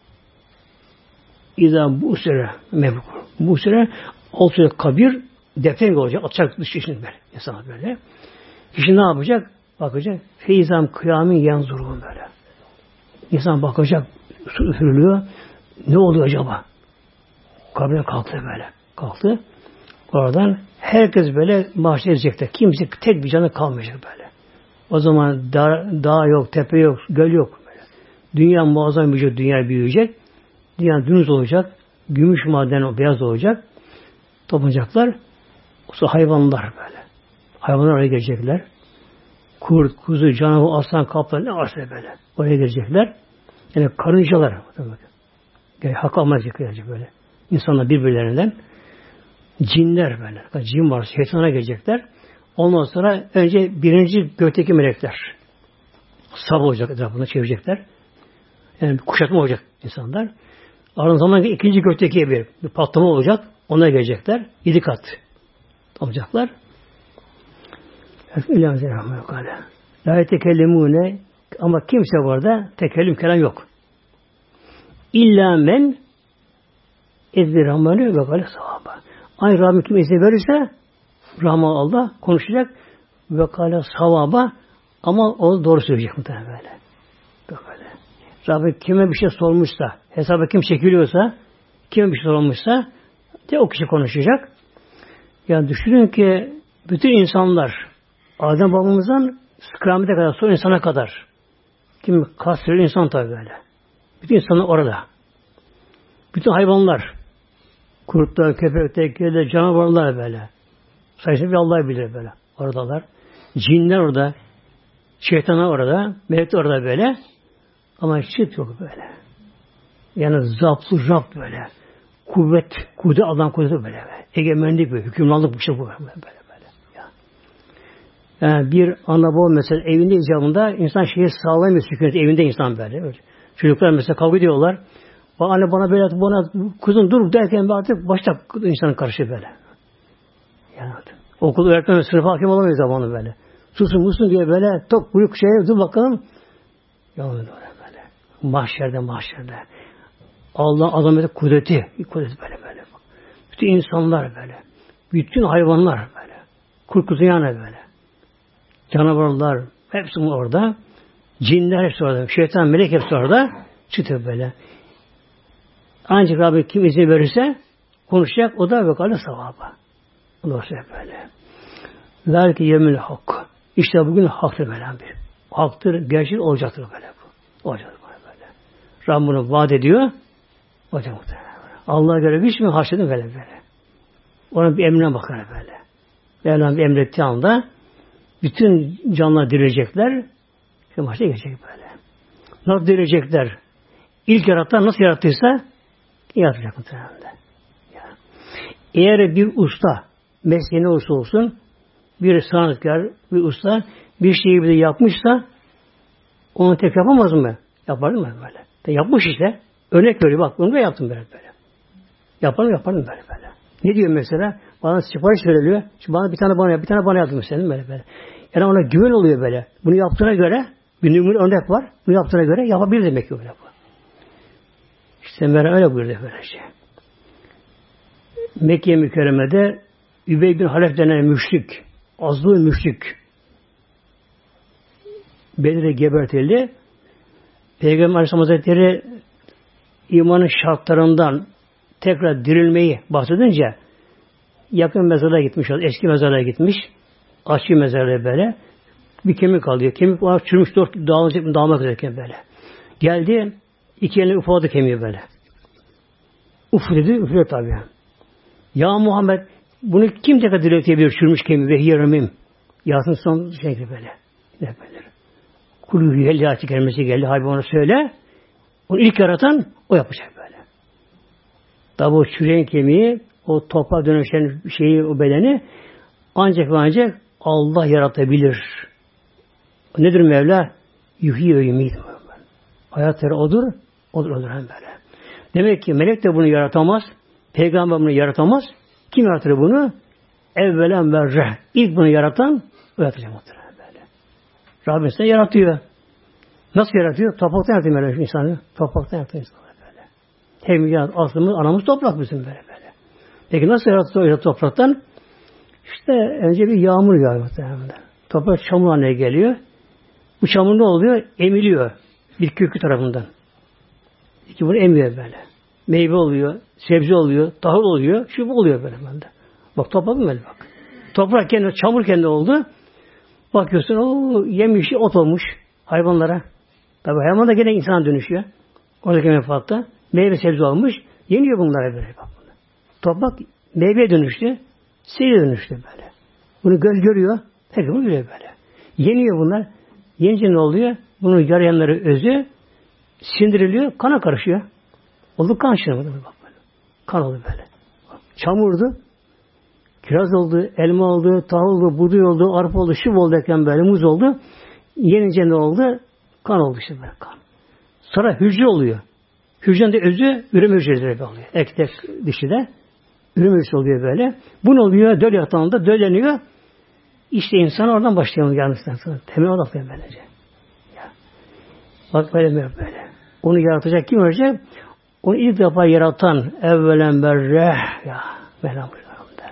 İza bu süre mevku. Bu süre altı kabir defter olacak. Atacak dış içine böyle. İnsan böyle. Kişi ne yapacak? Bakacak. Feyzam kıyamin yanzurun böyle. İnsan bakacak. Su üfürülüyor. Ne oluyor acaba? Kabirden kalktı böyle. Kalktı. Oradan herkes böyle mahşer edecekler. Kimse tek bir canı kalmayacak böyle. O zaman dağ, dağ yok, tepe yok, göl yok böyle. Dünya muazzam büyüyecek, dünya büyüyecek. Dünya dümdüz olacak. Gümüş maden beyaz olacak. Toplanacaklar. Sonra hayvanlar böyle. Hayvanlar oraya gelecekler. Kurt, kuzu, canavar, aslan, kaplan ne varsa böyle. Oraya gelecekler. Yani karıncalar. Yani hak almayacak böyle. İnsanlar birbirlerinden. Cinler böyle. Cin var. Şeytana gelecekler. Ondan sonra önce birinci gökteki melekler. Sab olacak etrafında çevirecekler. Yani bir kuşatma olacak insanlar. Ardından zaman ikinci gökteki bir, bir patlama olacak. Ona gelecekler. Yedi kat olacaklar. La tekellimune ama kimse var da tekellim kelam yok. İlla men ezbi rahmanı ve gale savaba. Aynı Rabbim kim izin verirse Rahman Allah konuşacak ve gale savaba ama o doğru söyleyecek muhtemelen böyle. Böyle. Rabbim kime bir şey sormuşsa, hesaba kim çekiliyorsa, kime bir şey sorulmuşsa de o kişi konuşacak. Yani düşünün ki bütün insanlar Adem babamızdan kıyamete kadar, son insana kadar kim kastırıyor insan tabi böyle. Bütün insanlar orada. Bütün hayvanlar kurtlar, köpekler, kediler, canavarlar böyle. Sayısını bir Allah bilir böyle. Oradalar. Cinler orada. Şeytanlar orada. Melekler orada böyle. Ama hiç yok böyle. Yani zaptı rap böyle. Kuvvet, kudret Allah'ın kudreti böyle. böyle. Egemenlik böyle. Hükümranlık bir şey bu. Böyle böyle. Yani bir ana baba mesela evinde icabında insan şeyi sağlayamıyor sükunet. Evinde insan böyle. Öyle. Çocuklar mesela kavga ediyorlar. Anne bana böyle bana kızım dur derken artık başta insanın karşı böyle. Yani okul öğretmen ve sınıfa hakim olamıyor zamanı böyle. Susun musun diye böyle tok büyük şey dur bakalım. Yalan böyle böyle. Mahşerde mahşerde. Allah'ın azameti kudreti. Kudreti böyle böyle. Bütün insanlar böyle. Bütün hayvanlar böyle. Kurt kuzu yani böyle. Canavarlar hepsi orada. Cinler hepsi orada. Şeytan, melek hepsi orada. Çıtır böyle. Ancak Rabbi kim izin verirse konuşacak. O da vekale savaba. Doğrusu böyle. Zalike yemül hak. İşte bugün haktır veren bir. haktır, gerçek olacaktır böyle bu. Olacaktır böyle. Rabbim bunu vaat ediyor. Olacak muhtemelen. Allah'a göre güç mü? Haşedin böyle böyle. Ona bir emrine bakar böyle. Mevlam bir emrettiği anda bütün canlılar dirilecekler. Şimdi başta geçecek böyle. Nasıl dirilecekler? İlk yaratan nasıl yarattıysa yaratacak muhtemelen. Yani. Eğer bir usta, mesleğine olursa olsun, bir sanatkar, bir usta bir şeyi bile yapmışsa onu tek yapamaz mı? Yapar mı böyle? De yapmış işte. Örnek veriyor. Bak bunu da yaptım böyle böyle. Yaparım yaparım böyle böyle. Ne diyor mesela? Bana sipariş veriliyor. Şimdi bana bir tane bana yap, bir tane bana yaptım mesela böyle böyle. Yani ona güven oluyor böyle. Bunu yaptığına göre bir numune örnek var. Bunu yaptığına göre yapabilir demek ki böyle bu. İşte Meryem öyle buyurdu böyle şey. Mekke-i Mükerreme'de Übey bin Halef denen müşrik, azılı müşrik Bedir'e gebertildi. Peygamber Aleyhisselam Hazretleri imanın şartlarından tekrar dirilmeyi bahsedince yakın mezara gitmiş, eski mezara gitmiş, açı mezarlığı böyle. Bir kemik alıyor. Kemik olarak çürümüş, dört dağılacak mı dağılmak üzereyken böyle. Geldi, iki elini ufaladı kemiği böyle. Uf dedi, üflüyor tabii. Ya Muhammed, bunu kim tekrar diriltebilir çürümüş kemiği ve hiyeremim? Yasin son şey böyle. Ne böyle? Kulü hüyelli açık gelmesi geldi. Halbuki onu söyle. Onu ilk yaratan o yapacak böyle. Tabi o çürüyen kemiği, o toprağa dönüşen şeyi, o bedeni ancak ve ancak Allah yaratabilir. Nedir Mevla? Yuhyi ve yumit. Hayatları odur, odur, odur hem böyle. Demek ki melek de bunu yaratamaz, peygamber bunu yaratamaz. Kim yaratır bunu? Evvelen ve reh. İlk bunu yaratan o yaratacak muhtemelen böyle. Rabbim seni yaratıyor. Nasıl yaratıyor? Topraktan yaratıyor böyle insanı. Topraktan yaratıyor insanı böyle. Hem ya aslımız, anamız toprak bizim böyle böyle. Peki nasıl yaratıyor topraktan? İşte önce bir yağmur yağıyor muhtemelen. Toprak çamur haline geliyor. Bu çamur ne oluyor? Emiliyor. Bir kökü tarafından. İki bunu emiyor böyle. Meyve oluyor, sebze oluyor, tahıl oluyor, şu bu oluyor böyle bende. Bak toprak mı böyle bak. Toprak kendi, çamur kendi oldu. Bakıyorsun o yemiş, ot olmuş hayvanlara. Tabi hayvan da gene insana dönüşüyor. Oradaki menfaatta. Meyve sebze olmuş. Yeniyor bunlara böyle bak. Toprak meyveye dönüştü. Seyre dönüştü böyle. Bunu göz görüyor. Peki bunu görüyor böyle. Yeniyor bunlar. Yenince ne oluyor? Bunun yarayanları özü sindiriliyor. Kana karışıyor. Oldu kan şırınmadı bak böyle. Kan oldu böyle. Çamurdu. Kiraz oldu, elma oldu, tahıl oldu, buğday oldu, arpa oldu, şıp oldu derken böyle muz oldu. Yenince ne oldu? Kan oldu işte böyle kan. Sonra hücre oluyor. Hücrenin de özü üreme hücreleri oluyor. Erkek dişi de üreme hücresi oluyor böyle. Bu ne oluyor? Döl yatağında dölleniyor. İşte insan oradan başlıyor yanlıştan sonra. Temel odaklıyor böylece. Ya. Bak böyle mi böyle. Onu yaratacak kim olacak? Onu ilk defa yaratan evvelen berreh ya. Mevlam buyuruyor.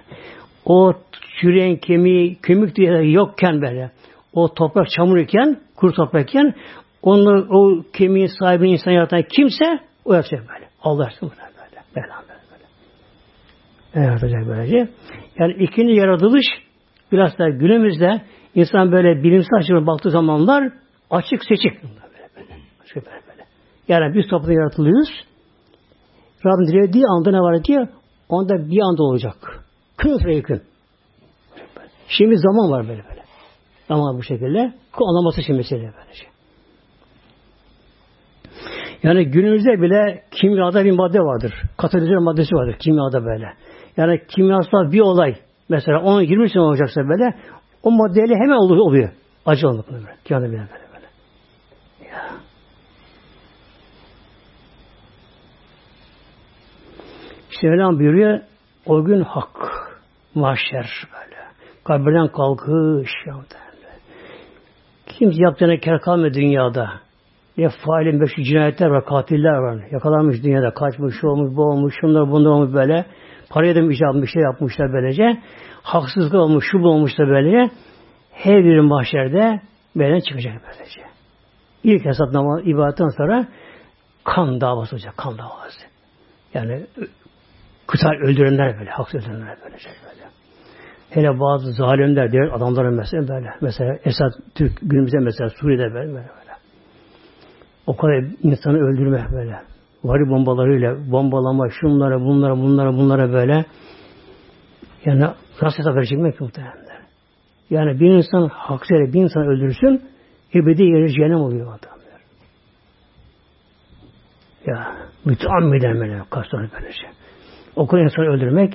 O çürüyen kemiği, kemik diye yokken böyle. O toprak çamur iken, kuru toprak iken onu, o kemiğin sahibini insan yaratan kimse o yapacak böyle. Allah aşkına böyle. Mevlam böyle. böyle. Yaratacak böylece. Yani ikinci yaratılış biraz da günümüzde insan böyle bilimsel açıdan baktığı zamanlar açık seçik. Böyle böyle. Böyle böyle. Yani biz toplumda yaratılıyoruz. Rabbim dilediği anda ne var ki onda bir anda olacak. Kırmızı yakın. Şimdi zaman var böyle böyle. Zaman bu şekilde. Anlaması için mesele böylece. Yani günümüzde bile kimyada bir madde vardır. Katalizör maddesi vardır kimyada böyle. Yani kimyasal bir olay mesela on yirmi sene olacaksa böyle o maddeyle hemen oluyor. Acı olmak böyle. Kimyada bile böyle böyle. Ya. İşte Mevlam buyuruyor o gün hak mahşer böyle. Kabirden kalkış. Kimse yaptığına kâr kalmıyor dünyada. Ne failin beşi cinayetler var, katiller var. Yakalanmış dünyada, kaçmış, şu olmuş, bu olmuş, şunlar bunlar olmuş böyle. Paraya da bir şey yapmışlar böylece. Haksızlık olmuş, şu bu olmuş da böylece. Her biri mahşerde böyle çıkacak böylece. İlk hesap namazı, ibadetten sonra kan davası olacak, kan davası. Yani kıtal öldürenler böyle, haksız öldürenler böylece böyle. Hele bazı zalimler, devlet adamları mesela böyle. Mesela Esad Türk günümüzde mesela Suriye'de böyle böyle. O kadar insanı öldürme böyle. Vari bombalarıyla bombalama, şunlara, bunlara, bunlara, bunlara böyle. Yani nasıl hesap verecek mi muhtemelen? Yani bir insan haksız yere bir insan öldürsün, ebedi yeri cehennem oluyor adamlar. Ya müteammiden böyle kastan böylece. O kadar insanı öldürmek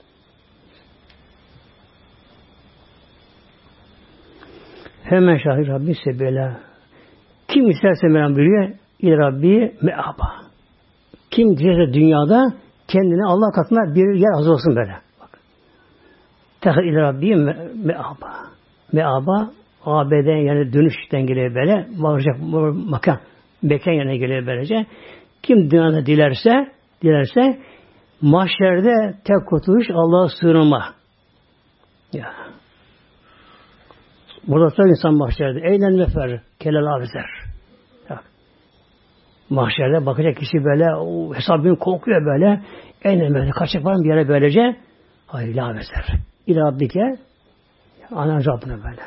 hemen şahit Rabbi sebela. Kim isterse Mevlam buyuruyor, İl Rabbi me'aba. Kim dilerse dünyada kendine Allah katına bir yer hazır olsun böyle. Bak. Tehir İl Rabbi me'aba. Me'aba A B'den yani dönüşten geliyor böyle. Varacak makam. Mekan yerine geliyor böylece. Kim dünyada dilerse dilerse mahşerde tek kurtuluş Allah'a sığınma. Ya. Burada tabi insan mahşerde eğlenme fer, kelal avizer. Mahşerde bakacak kişi böyle o hesabını korkuyor böyle. Eğlenme, kaçacak var mı bir yere böylece? Hayır, la avizer. İlâ Rabbike ana Rabbine böyle.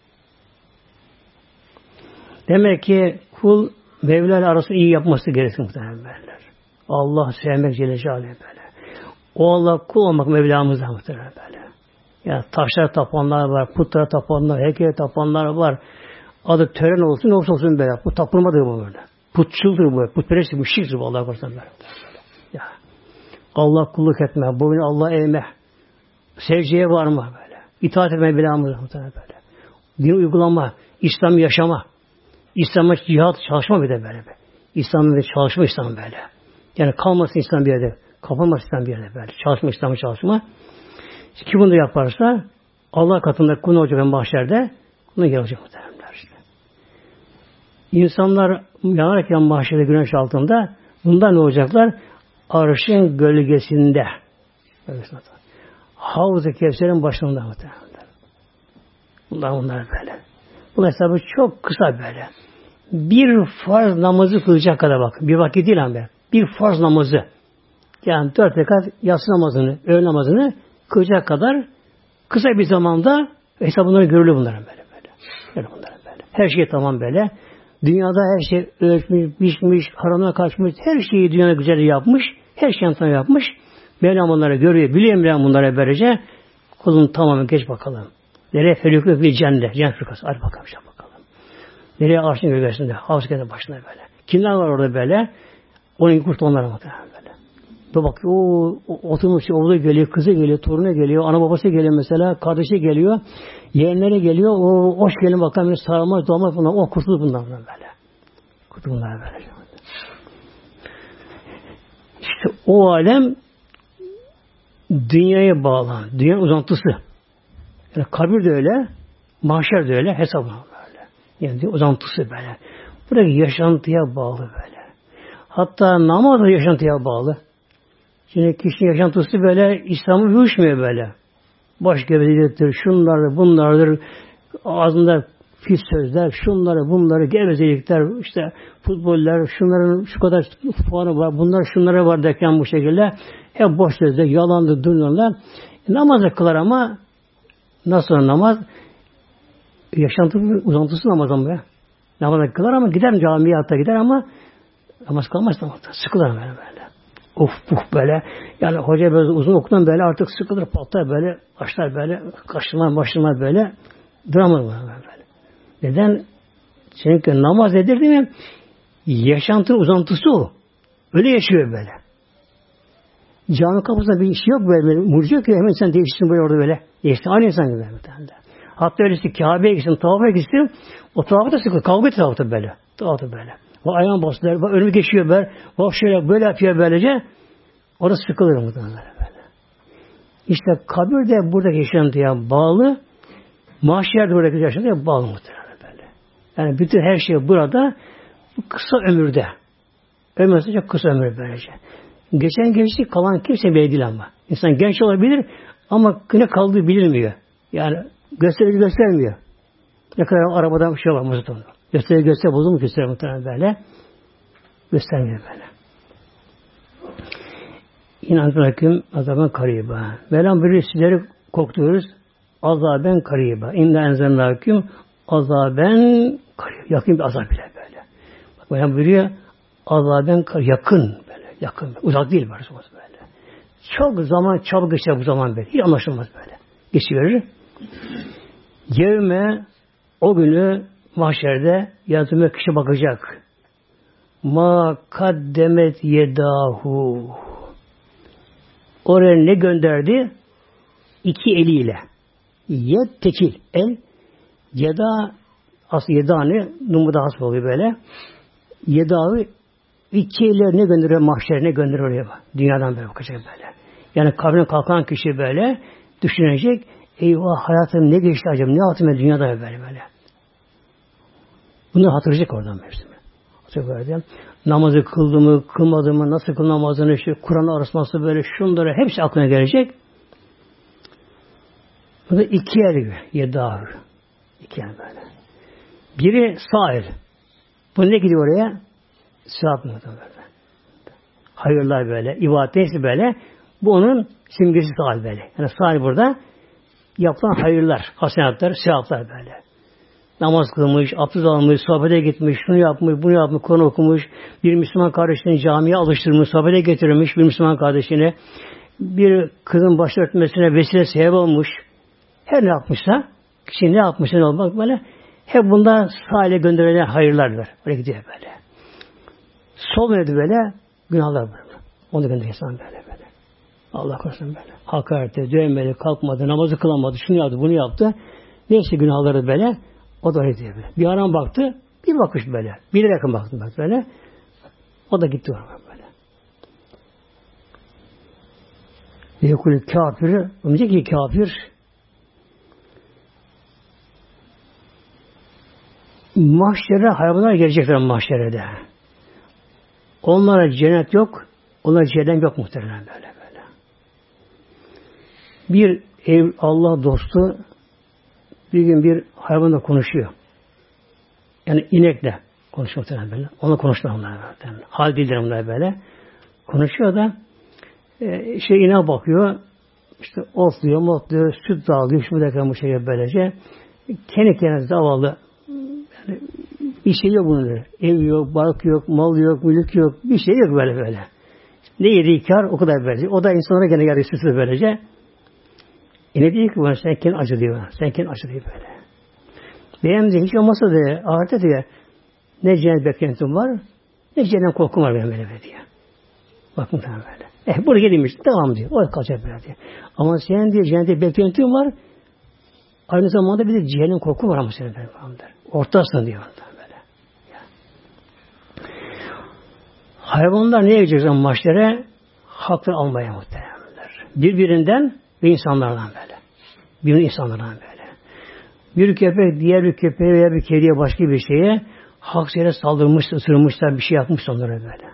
Demek ki kul Mevla ile arasını iyi yapması gerekir muhtemelen böyle. Allah sevmek Celle Celaluhu böyle. O Allah kul olmak Mevlamızdan muhtemelen böyle. Yani taşlara tapanlar var, putlara tapanlar, heykele tapanlar var. Adı tören olsun, olsun olsun böyle. Bu tapılmadır bu böyle. Putçuldur bu. Putperestlik, bu şirktir bu Allah'a korusun böyle. Ya. Allah kulluk etme, boyunu Allah'a eğme. Sevciye varma böyle. İtaat etme Mevlamızdan muhtemelen böyle. Din uygulama, İslam yaşama. İslam'a cihat çalışma bir de böyle. İslam'da çalışma İslam böyle. Yani kalmasın İslam bir yerde. Kapanmasın İslam bir yerde böyle. Çalışma İslam'a çalışma. Kim bunu yaparsa Allah katında konu olacak mahşerde bunu gelecek muhtemelen işte. İnsanlar yanarken mahşerde güneş altında bundan ne olacaklar? Arşın gölgesinde. Havz-ı Kevser'in başında muhtemelen. Bunlar bunlar böyle. Bu hesabı çok kısa böyle. Bir farz namazı kılacak kadar bak. Bir vakit değil ama. Bir farz namazı. Yani dört rekat yatsı namazını, öğle namazını kılacak kadar kısa bir zamanda hesabları görülüyor bunların böyle böyle. Böyle bunların böyle. Her şey tamam böyle. Dünyada her şey ölçmüş, biçmiş, haramına kaçmış, her şeyi dünyada güzel yapmış, her şeyi tam yapmış. Mevlam bunları görüyor, biliyor Mevlam bunlara böylece. Kulun tamamen geç bakalım. Nereye felükü bir cennet, cennet fırkası. Hadi bakalım, şey bakalım. Nereye arşın gölgesinde, havuzkenin başında böyle. Kimler var orada böyle? Onun kurtulanlar muhtemelen böyle. Bir bak o oturmuş, oğlu geliyor, kızı geliyor, torunu geliyor, ana babası geliyor mesela, kardeşi geliyor, yeğenleri geliyor, o hoş gelin bakalım, sarılmaz, doğmaz bunlar, o kurtulur bunlar böyle. Kurtulur bunlar böyle. İşte o alem dünyaya bağlı, dünyanın uzantısı. Yani kabir de öyle, mahşer de öyle, hesap böyle. Yani uzantısı böyle. Buradaki yaşantıya bağlı böyle. Hatta namaz da yaşantıya bağlı. Şimdi kişinin yaşantısı böyle İslam'a uyuşmuyor böyle. Baş gevezeliktir, şunlardır, bunlardır, ağzında pis sözler, şunları, bunları, gevezelikler, işte futboller, şunların şu kadar puanı var, bunlar şunlara var derken bu şekilde hep boş sözler, yalandır, dururlar. Namazı kılar ama nasıl namaz? Yaşantının uzantısı namaz ama ya. Namazı kılar ama gider camiye hatta gider ama namaz kalmaz namazda. Sıkılır böyle böyle. Uf puf böyle. Yani hoca böyle uzun okudan böyle artık sıkılır, patlar böyle, başlar böyle, kaşınma başlama böyle. Duramaz böyle. Neden? Çünkü namaz nedir değil mi? Yaşantının uzantısı o. Öyle yaşıyor böyle. Cami kapısında bir iş yok böyle. Mucize yok ki hemen sen değişsin böyle orada böyle. Değişsin. Aynı insan gibi böyle. Hatta öylesi Kabe'ye gitsin, tavafa gitsin. O tavafı da sıkılır. Kavga et tavafta böyle. Tavafta böyle. O ayağın basılır. Bak önümü geçiyor böyle. Bak şöyle böyle yapıyor böylece. Orada sıkılır muhtemelen böyle. İşte kabir de buradaki yaşantıya bağlı. Mahşer de buradaki yaşantıya bağlı muhtemelen böyle. Yani bütün her şey burada bu kısa ömürde. Ömür çok kısa ömür böylece. Geçen geçti kalan kimse belli değil ama. İnsan genç olabilir ama ne kaldığı bilinmiyor. Yani gösterici göstermiyor. Ne kadar arabadan bir şey var mazot onu. Gösteri göster bozulmuş gösteriyor muhtemelen böyle. Göstermiyor böyle. İnan bırakın adamın kariba. Mevlam böyle sizleri korkutuyoruz. azaben kariba. İnna enzennâküm azaben kariba. Yakın bir azap bile böyle. Bak Mevlam buyuruyor azaben kariba. Yakın böyle. Yakın. Uzak değil böyle. böyle. Çok zaman çabuk geçer bu zaman böyle. Hiç anlaşılmaz böyle. Geçiverir. Yevme o günü mahşerde yazıma kişi bakacak. Ma kaddemet yedahu. Oraya ne gönderdi? İki eliyle. Yed tekil. El. Yeda aslında yedani numara hasıl oluyor böyle. Yedahu iki elle ne gönderiyor mahşere ne gönderiyor oraya. Dünyadan böyle bakacak böyle. Yani kabrine kalkan kişi böyle düşünecek. Eyvah hayatım ne geçti acaba? Ne yaptım ben dünyada böyle böyle. Bunları hatırlayacak oradan mevzimi. Hatırlayacak. Namazı kıldı mı, kılmadı mı, nasıl kıl namazını, işte Kur'an arasması böyle şunları hepsi aklına gelecek. Bu da iki yer yedâhü. İki yer böyle. Biri sağ el. Bu ne gidiyor oraya? Sevap mı böyle? Hayırlar böyle, ibadet neyse böyle. Bu onun simgesi sağ el böyle. Yani sağ el burada yapılan hayırlar, hasenatlar, sevaplar böyle. Namaz kılmış, abdest almış, sohbete gitmiş, şunu yapmış, bunu yapmış, Kur'an okumuş, bir Müslüman kardeşini camiye alıştırmış, sohbete getirmiş bir Müslüman kardeşini, bir kızın başörtmesine vesile sebep olmuş. Her ne yapmışsa, kişi ne yapmışsa ne olmak böyle, hep bunlar sağ ile gönderilen hayırlardır. Böyle gidiyor böyle. Sol dedi böyle, günahlar böyle. Onu gönderiyor insan böyle böyle. Allah korusun böyle. Hakarete, dövmedi, kalkmadı, namazı kılamadı, şunu yaptı, bunu yaptı. Neyse günahları böyle. O da öyle diyor böyle. Bir aram baktı, bir bakış böyle. Bir yakın baktı bak böyle. O da gitti oraya böyle. Yekulü kafir, ömecek ki kafir mahşere hayvanlar gelecekler mahşere de. Onlara cennet yok, onlara cehennem yok muhtemelen böyle böyle. Bir ev Allah dostu bir gün bir hayvanla konuşuyor. Yani inekle konuşuyor muhtemelen böyle. Onunla konuşmuyor onlar böyle. Hal bildirir onlar böyle. Konuşuyor da e, şey ineğe bakıyor. İşte otluyor, motluyor, süt dağılıyor. Şu dakika bu şeye böylece. Kendi kendine zavallı yani bir şey yok bunun. Ev yok, bark yok, mal yok, mülk yok. Bir şey yok böyle böyle. Ne yediği kar o kadar böylece. O da insanlara gene geldi sütü böylece. Yine diyor ki bana sen kendin acı diyor. Sen kendin acı diyor böyle. Benim de hiç olmasa diyor. Ahirette diyor. Ne cennet beklentim var. Ne cennet korkum var benim böyle diyor. Bakın tamam böyle. Eh buraya gelmiş. Devam diyor. O kalacak böyle diyor. Ama senin diyor cennette beklentim var. Aynı zamanda bir de cehennem korku var ama senin böyle falan der. Ortasın diyor. Böyle. Hayvanlar ne yiyecek mahşere? Hakları almaya muhtemelenler. Birbirinden ve insanlardan böyle. Bir insanlardan böyle. Bir köpek diğer bir köpeğe veya bir kediye başka bir şeye haksız yere saldırmış, ısırmışlar, bir şey yapmış onlara böyle.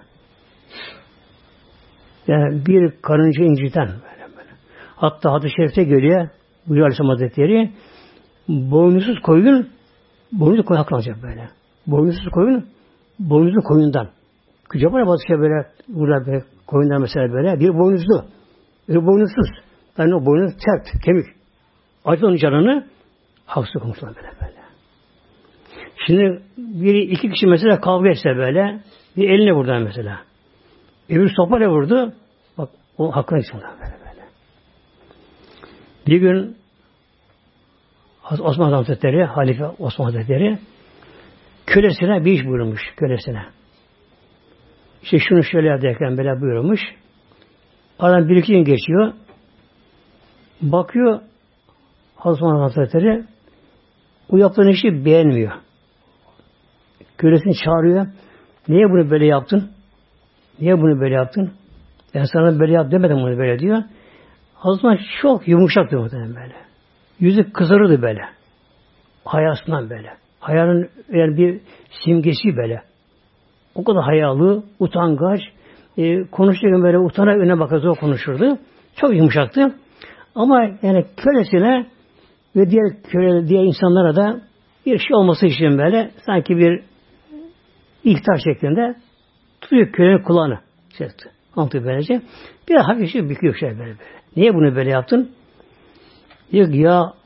Yani bir karınca inciten böyle böyle. Hatta hadis-i şerifte geliyor buyuruyor Aleyhisselam Hazretleri boynuzsuz koyun boynuzlu koyun haklanacak böyle. Boynuzsuz koyun boynuzlu koyundan. Küçük var ya bazı şey böyle burada böyle koyunlar mesela böyle bir boynuzlu bir boynuzsuz. Yani o boynuz sert, kemik. Acı onun canını haksız konuşuyorlar böyle böyle. Şimdi biri iki kişi mesela kavga etse böyle bir eline vurdu mesela. Öbür sopayla vurdu. Bak o hakkını istiyorlar böyle böyle. Bir gün Osman Hazretleri, Halife Osman Hazretleri kölesine bir iş buyurmuş kölesine. İşte şunu şöyle derken böyle buyurmuş. Aradan bir iki gün geçiyor. Bakıyor Osman Hazretleri o yaptığın işi beğenmiyor. Kölesini çağırıyor. Niye bunu böyle yaptın? Niye bunu böyle yaptın? Ben sana böyle yap demedim bunu böyle diyor. Osman çok yumuşaktı muhtemelen böyle. Yüzü kızarırdı böyle. Hayasından böyle. Hayanın yani bir simgesi böyle. O kadar hayalı, utangaç, e, konuşurken böyle utanarak öne bakarız o konuşurdu. Çok yumuşaktı. Ama yani kölesine ve diğer köle, diğer insanlara da bir şey olması için böyle sanki bir ihtar şeklinde tutuyor kölenin kulağını. Şey, altı böylece. Bir hafif şey büküyor şey böyle böyle. Niye bunu böyle yaptın? Diyor ki ya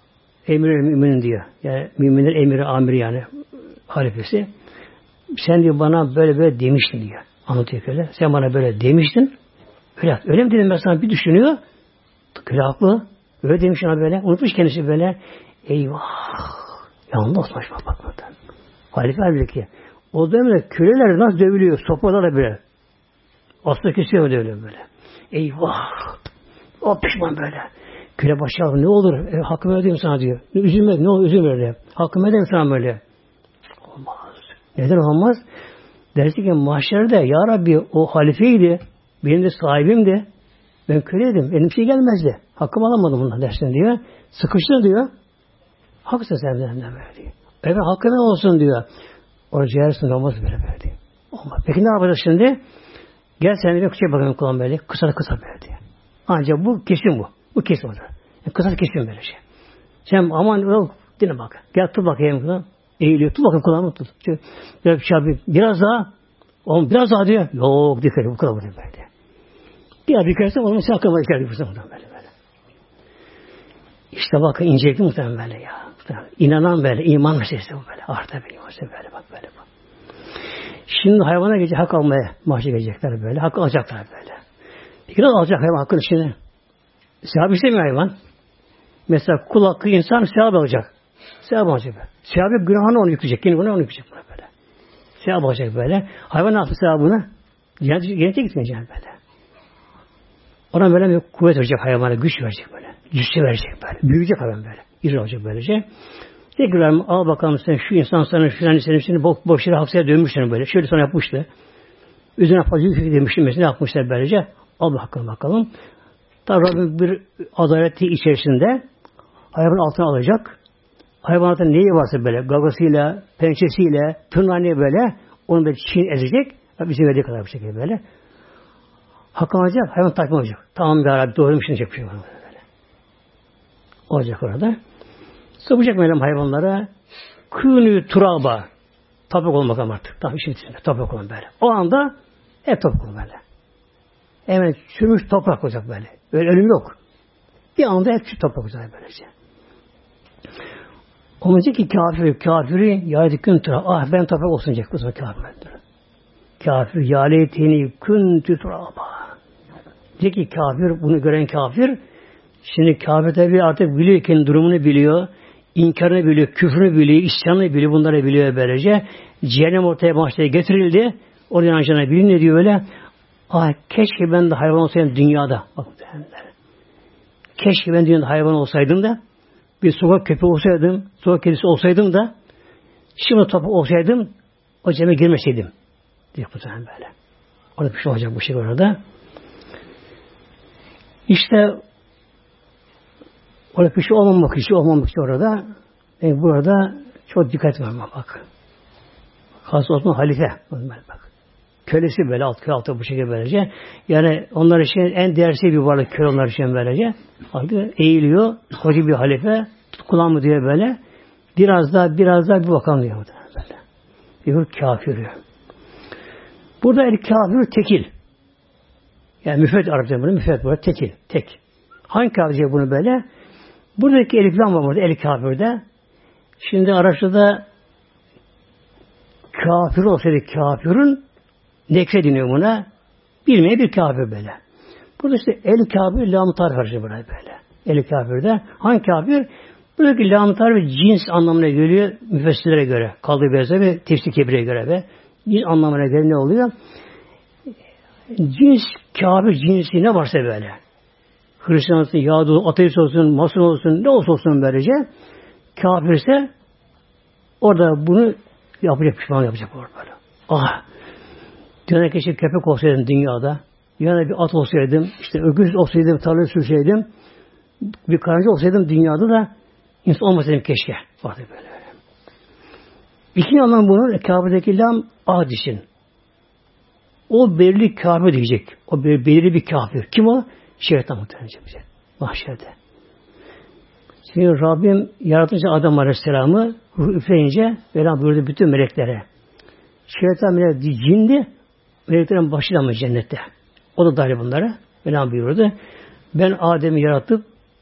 emir müminin diyor. Yani müminler emiri amiri yani halifesi. Sen diyor bana böyle böyle demiştin diyor. Anlatıyor köle. Sen bana böyle demiştin. Öyle, öyle mi dedim ben sana bir düşünüyor. Köle haklı. Öyle demiş ona böyle. Unutmuş kendisi böyle. Eyvah. Yanında Osman bak bak bak. Halife halbuki. O dönemde köleler nasıl dövülüyor? Sopalarla böyle. Aslı kesiyor dövülüyor böyle. Eyvah. O pişman böyle. Köle başı aldı. Ne olur? E, hakkımı ödeyim sana diyor. Üzülme. Ne olur? Üzülme öyle. Hakkımı ödeyim sana böyle. Olmaz. Neden olmaz? Dersi ki mahşerde ya Rabbi o halifeydi. Benim de sahibimdi. Ben köleydim. Elim şey gelmezdi. Hakkımı alamadım bundan dersin diyor. Sıkıştı diyor. Haklısın sen de böyle diyor. Evet hakkı ne olsun diyor. Orada ciğersin olmaz böyle böyle diyor. Olmaz. Peki ne yapacağız şimdi? Gel sen de kısa bakalım kulağım böyle. Kısa kısa böyle diyor. Ancak bu kesin bu. Bu kesin olur. Yani kısa kesin böyle şey. Sen aman yok dinle bak. Gel tut bakayım kulağım. Eğiliyor. Tut bakayım kulağımı tut. Biraz, biraz daha. Oğlum biraz daha diyor. Yok dikkat bu kadar böyle böyle. Bir bir kerse onun için aklıma geldi bu zaman böyle böyle. İşte bakın incelikli muhtemelen böyle ya. Muhtemelen. İnanan böyle, iman meselesi bu böyle. Artabiliyor böyle bak böyle bak. Şimdi hayvana gelecek, hak almaya mahşe gelecekler böyle. Hak alacaklar böyle. Peki nasıl alacak hayvan hakkın içine? Sevap istemiyor hayvan. Mesela kul hakkı insan sevap alacak. Sevap alacak böyle. Sevabı günahını onu yükleyecek. Yine bunu onu yükleyecek böyle. Sevap alacak böyle. Hayvan ne yaptı sevabını? Cennete gitmeyecek böyle. Ona böyle bir kuvvet verecek hayvana, güç verecek böyle. Güçlü verecek böyle. Büyüyecek hayvan böyle. İri olacak böylece. Tekrar al bakalım sen şu insan sana filan senin için boş, boş yere haksıya dönmüşsün böyle. Şöyle sana yapmıştı. Üzerine fazla yük demiştin mesela yapmışlar böylece. Al bakalım bakalım. Tabi Rabbim bir adaleti içerisinde hayvanın altına alacak. Hayvanın altında neyi varsa böyle gagasıyla, pençesiyle, tırnağıyla böyle onu da çiğ ezecek. Bize verdiği kadar bir şekilde böyle. Hakkı alacak, hayvan takma olacak. Tamam ya Rabbi doğruymuş diyecek bir şey var böyle. Olacak orada. Sıvacak böyle hayvanlara künü turaba toprak olmak ama artık. Tam işin içinde toprak olmak böyle. O anda hep toprak olmak böyle. Evet çürümüş toprak olacak böyle. Öyle ölüm yok. Bir anda hep şu toprak olacak böylece. Olacak ki kafir, kafiri yâleti kün turaba. Ah ben toprak olsun diyecek bu zaman kafir. Kafir yâletini kün turaba. Diyecek ki kafir, bunu gören kafir, şimdi kafir tabi artık biliyor kendi durumunu biliyor, inkarını biliyor, küfrünü biliyor, isyanını biliyor, bunları biliyor böylece. Cehennem ortaya başlaya getirildi, oraya inancına bilin ne diyor öyle, ah keşke ben de hayvan olsaydım dünyada. Bak, keşke ben dünyada hayvan olsaydım da, bir sokak köpeği olsaydım, sokak kedisi olsaydım da, şimdi toprak olsaydım, o cehenneme girmeseydim. Diyor bu zaman böyle. Orada bir şey olacak bu şey orada. İşte orada bir şey olmamak için, olmamak için orada yani burada çok dikkat vermek bak. Hazreti Osman halife. Bak. Kölesi böyle alt köy altı bu şekilde böylece. Yani onlar için en değersiz bir varlık köle onlar için böylece. Artık eğiliyor. Koca bir halife. Tutkulan mı diye böyle. Biraz daha biraz daha bir bakalım diyor. Böyle. Diyor kafir. Burada el kafir tekil. Yani müfret Arapça bunu müfret burada tekil. Tek. Hangi kafir bunu böyle? Buradaki elif lam var burada el kafirde. Şimdi Arapçada kafir olsaydı kafirin nekre deniyor buna. Bilmeye bir kafir böyle. Burada işte el kafir lam-ı tarif karşı burada böyle. El kafirde. Hangi kafir? Buradaki lam-ı tarif cins anlamına geliyor müfessirlere göre. Kaldığı beyazda ve tefsir kebireye göre ve cins anlamına göre ne oluyor? Cins, kafir cinsi ne varsa böyle. Hristiyan olsun, Yahudi olsun, ateist olsun, Mason olsun, ne olsa olsun böylece. Kafirse orada bunu yapacak, pişman yapacak orada böyle. Ah! Dünyada keşke köpek olsaydım dünyada. Dünyada bir at olsaydım, işte öküz olsaydım, tarla sürseydim, bir karınca olsaydım dünyada da insan olmasaydım keşke. Vardı böyle. İkinci anlam bunun kafirdeki lam ad için. O belirli kafir diyecek. O belirli bir kafir. Kim o? Şeytan muhtemelen bize. Mahşerde. Şimdi Rabbim yaratınca Adam Aleyhisselam'ı ruh üfleyince Mevlam buyurdu bütün meleklere. Şeytan melek cindi. Meleklerin başıyla mı cennette? O da dahil bunlara. Mevlam buyurdu. Ben Adem'i yaratıp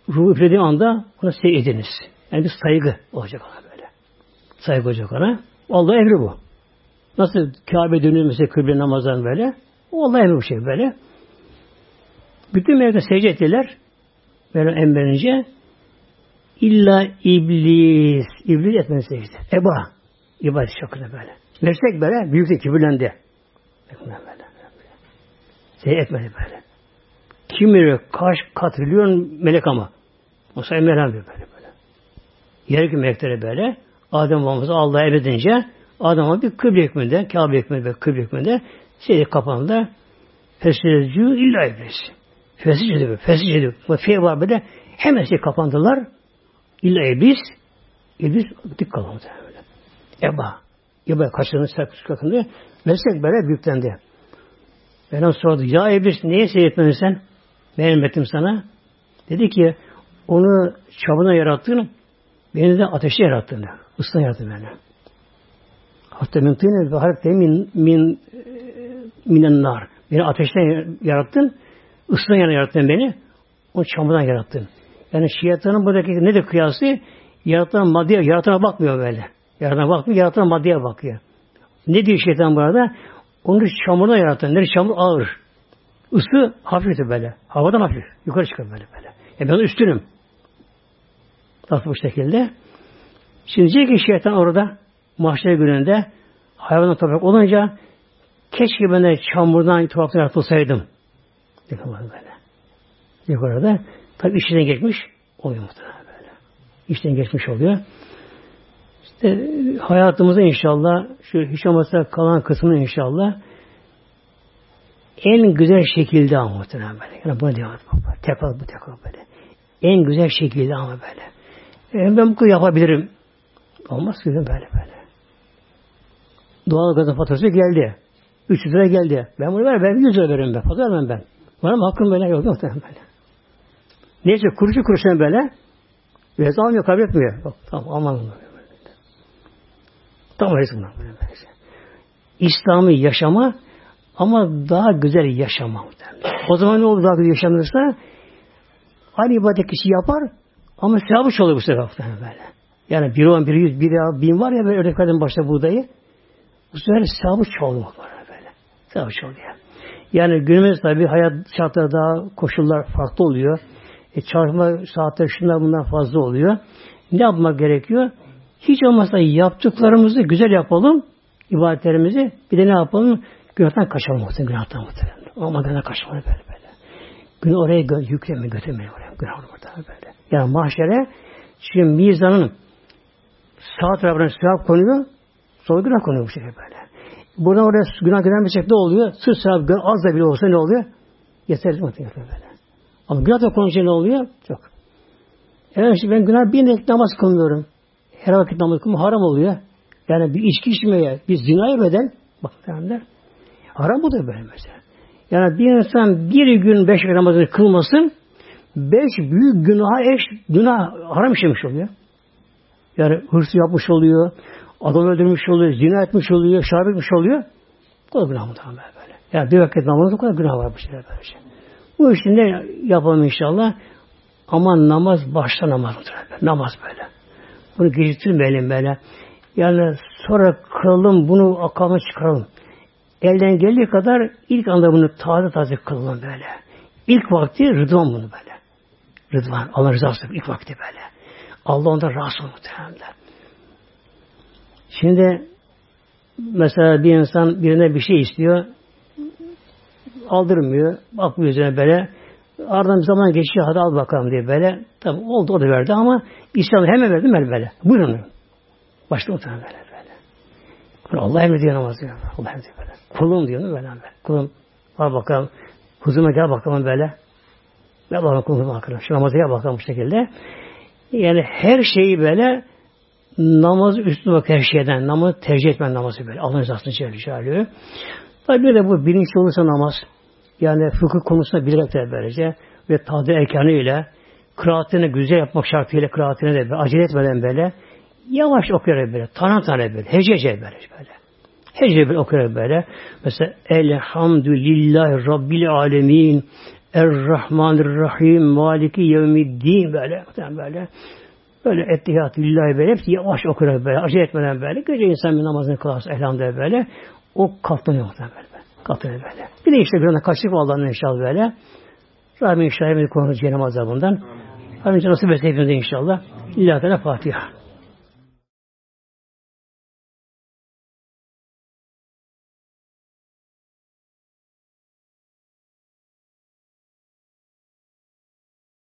ruhu üflediği anda ona secde ediniz. Yani bir saygı olacak ona böyle. Saygı olacak ona. Allah emri bu. Nasıl Kabe dönüyor mesela kıble namazdan böyle. O Allah emri bu şey böyle. Bütün melekler secde ettiler. Böyle emrince illa iblis. İblis etmeni secde. Eba. İbadet şakına böyle. Meslek böyle. Büyük de kibirlendi. Böyle. Secde etmedi böyle. Kim bilir kaç kat milyon melek ama. O sayı melek böyle böyle. Yerki meleklere böyle. Adem babamızı Allah'a emredince Adem'a bir kıble hükmünde, Kabe hükmünde, kıble hükmünde secde kapandı. Fesecdü illa iblis. Fesecdü, fesecdü. Bu fiil var böyle. Hemen şey kapandılar. İlla iblis. İblis dik kalmadı böyle. Eba. Eba kaçırını serpüs kakındı. Meslek böyle büyüklendi. Ben ona sordu. Ya iblis neye seyretmedin sen? Ben emrettim sana. Dedi ki onu çabına yarattın. Beni de ateşte yarattın. Isına yarattın beni. Hatta mümkün ve harp min min minen nar. Beni ateşten yarattın. Isına yarattın beni. Onu çamurdan yarattın. Yani şeytanın buradaki ne de kıyası yaratılan maddeye, yaratana bakmıyor böyle. Yaratana bakmıyor, yaratılan maddeye bakıyor. Ne diyor şeytan burada? Onu çamurdan yarattın. Nerede çamur ağır. Isı hafifti böyle. Havadan hafif. Yukarı çıkıyor böyle böyle. E ben üstünüm. Nasıl bu şekilde? Şimdi diyecek ki şeytan orada mahşer gününde hayvanın toprak olunca keşke ben de çamurdan topraktan yaratılsaydım. Diyor böyle. Diyor orada. Tabi işten geçmiş oluyor muhtemelen böyle. İşten geçmiş oluyor. İşte hayatımızda inşallah şu hiç olmazsa kalan kısmını inşallah en güzel şekilde ama muhtemelen böyle. Yani buna devam etmek. Tekrar bu tekrar böyle. En güzel şekilde ama böyle. E ben bunu yapabilirim. Olmaz ki böyle böyle. Doğal gazın faturası geldi. üç yüz lira geldi. Ben bunu ver, ben yüz lira veririm ben. Fatura vermem ben. Var mı hakkım böyle yok muhtemelen böyle. Neyse kuruşu kuruşuna böyle. Biraz almıyor, kabul etmiyor. Yok, tamam aman. Tamam öyle bunlar böyle. İslam'ı yaşama ama daha güzel yaşama. O zaman ne olur daha güzel yaşanırsa aynı ibadet kişi yapar ama sevabı çoğalır bu sefer böyle. Yani bir on, bir yüz, bir bin var ya böyle örneklerden başta buğdayı. Bu sefer sevabı çoğalır böyle. Sevabı çoğalıyor. Yani günümüz tabii hayat şartları daha koşullar farklı oluyor. E, çalışma saatleri şunlar bunlar fazla oluyor. Ne yapmak gerekiyor? Hiç olmazsa yaptıklarımızı güzel yapalım. İbadetlerimizi. Bir de ne yapalım? Günahtan kaçalım. Günahtan muhtemelen. Ama günahtan kaçalım böyle böyle. Günü oraya gö- yükleme, götürmeyin oraya. Günah orada böyle. Yani mahşere şimdi mizanın sağ tarafına sevap konuyor. Sol günah konuyor bu şekilde böyle. Buradan oraya günah giden bir şekilde oluyor. Sırf sevap az da bile olsa ne oluyor? Yeterli muhtemelen böyle. Ama günah da konuşunca ne oluyor? Çok. Evet işte ben günah bir net namaz kılmıyorum. Her vakit namaz kılmam haram oluyor. Yani bir içki içmeye, bir zinaya beden bak derler. Haram bu da böyle mesela. Yani bir insan bir gün beş vakit namazını kılmasın, beş büyük günaha eş, günah haram işlemiş oluyor. Yani hırsız yapmış oluyor, adam öldürmüş oluyor, zina etmiş oluyor, şarap etmiş oluyor. O da günah mı tamam böyle. Yani bir vakit namazda o kadar günah var bu şeyler böyle şey. Bu işte ne yapalım inşallah? Ama namaz başta namaz böyle. Namaz böyle. Bunu geciktirmeyelim böyle. Yani sonra kılalım, bunu akalına çıkaralım. Elden geldiği kadar ilk anda bunu taze taze kılalım böyle. İlk vakti rıdvan bunu böyle. Rıdvan, Allah rızası ilk vakti böyle. Allah ondan razı olur muhtemelen. Şimdi mesela bir insan birine bir şey istiyor, aldırmıyor, bakmıyor üzerine böyle. Ardından bir zaman geçiyor, hadi al bakalım diye böyle. Tamam oldu, o da verdi ama İslam'ı hemen verdim ben böyle. Buyurun. Başta muhtemelen böyle böyle. Allah emrediyor namazı. Allah emrediyor böyle. Kulum diyor böyle. Kulum al bakalım. Huzuruma gel bakalım böyle. Gel bakalım kulum bakalım. Şu namazı gel bakalım bu şekilde. Yani her şeyi böyle namazı üstüne bak her şeyden. Namazı tercih etmen namazı böyle. Allah'ın rızasını çağırıyor. Tabi bir de bu bilinçli olursa namaz. Yani fıkıh konusunda bilerek de böylece ve tadı erkanıyla kıraatını güzel yapmak şartıyla kıraatını de böyle, acele etmeden böyle yavaş okuyarak böyle, tane tane böyle, hece hece böyle böyle. Hece böyle okuyarak böyle. Mesela Elhamdülillahi Rabbil Alemin Er-Rahmanir-Rahim, Maliki Yevmiddin böyle. böyle. Böyle ettehiyatü lillahi böyle. Hepsi yavaş okuyor böyle. Acele etmeden böyle. Gece insan bir namazını kılarsa elhamdülillah böyle. O katlanıyor muhtemelen böyle. Katlanıyor böyle. Bir de işte bir anda kaçtık Allah'ın inşallah böyle. Rabbim inşallah bir konu cehennem azabından. Rabbim nasip etsin hepimize inşallah. İllahi Teala Fatiha.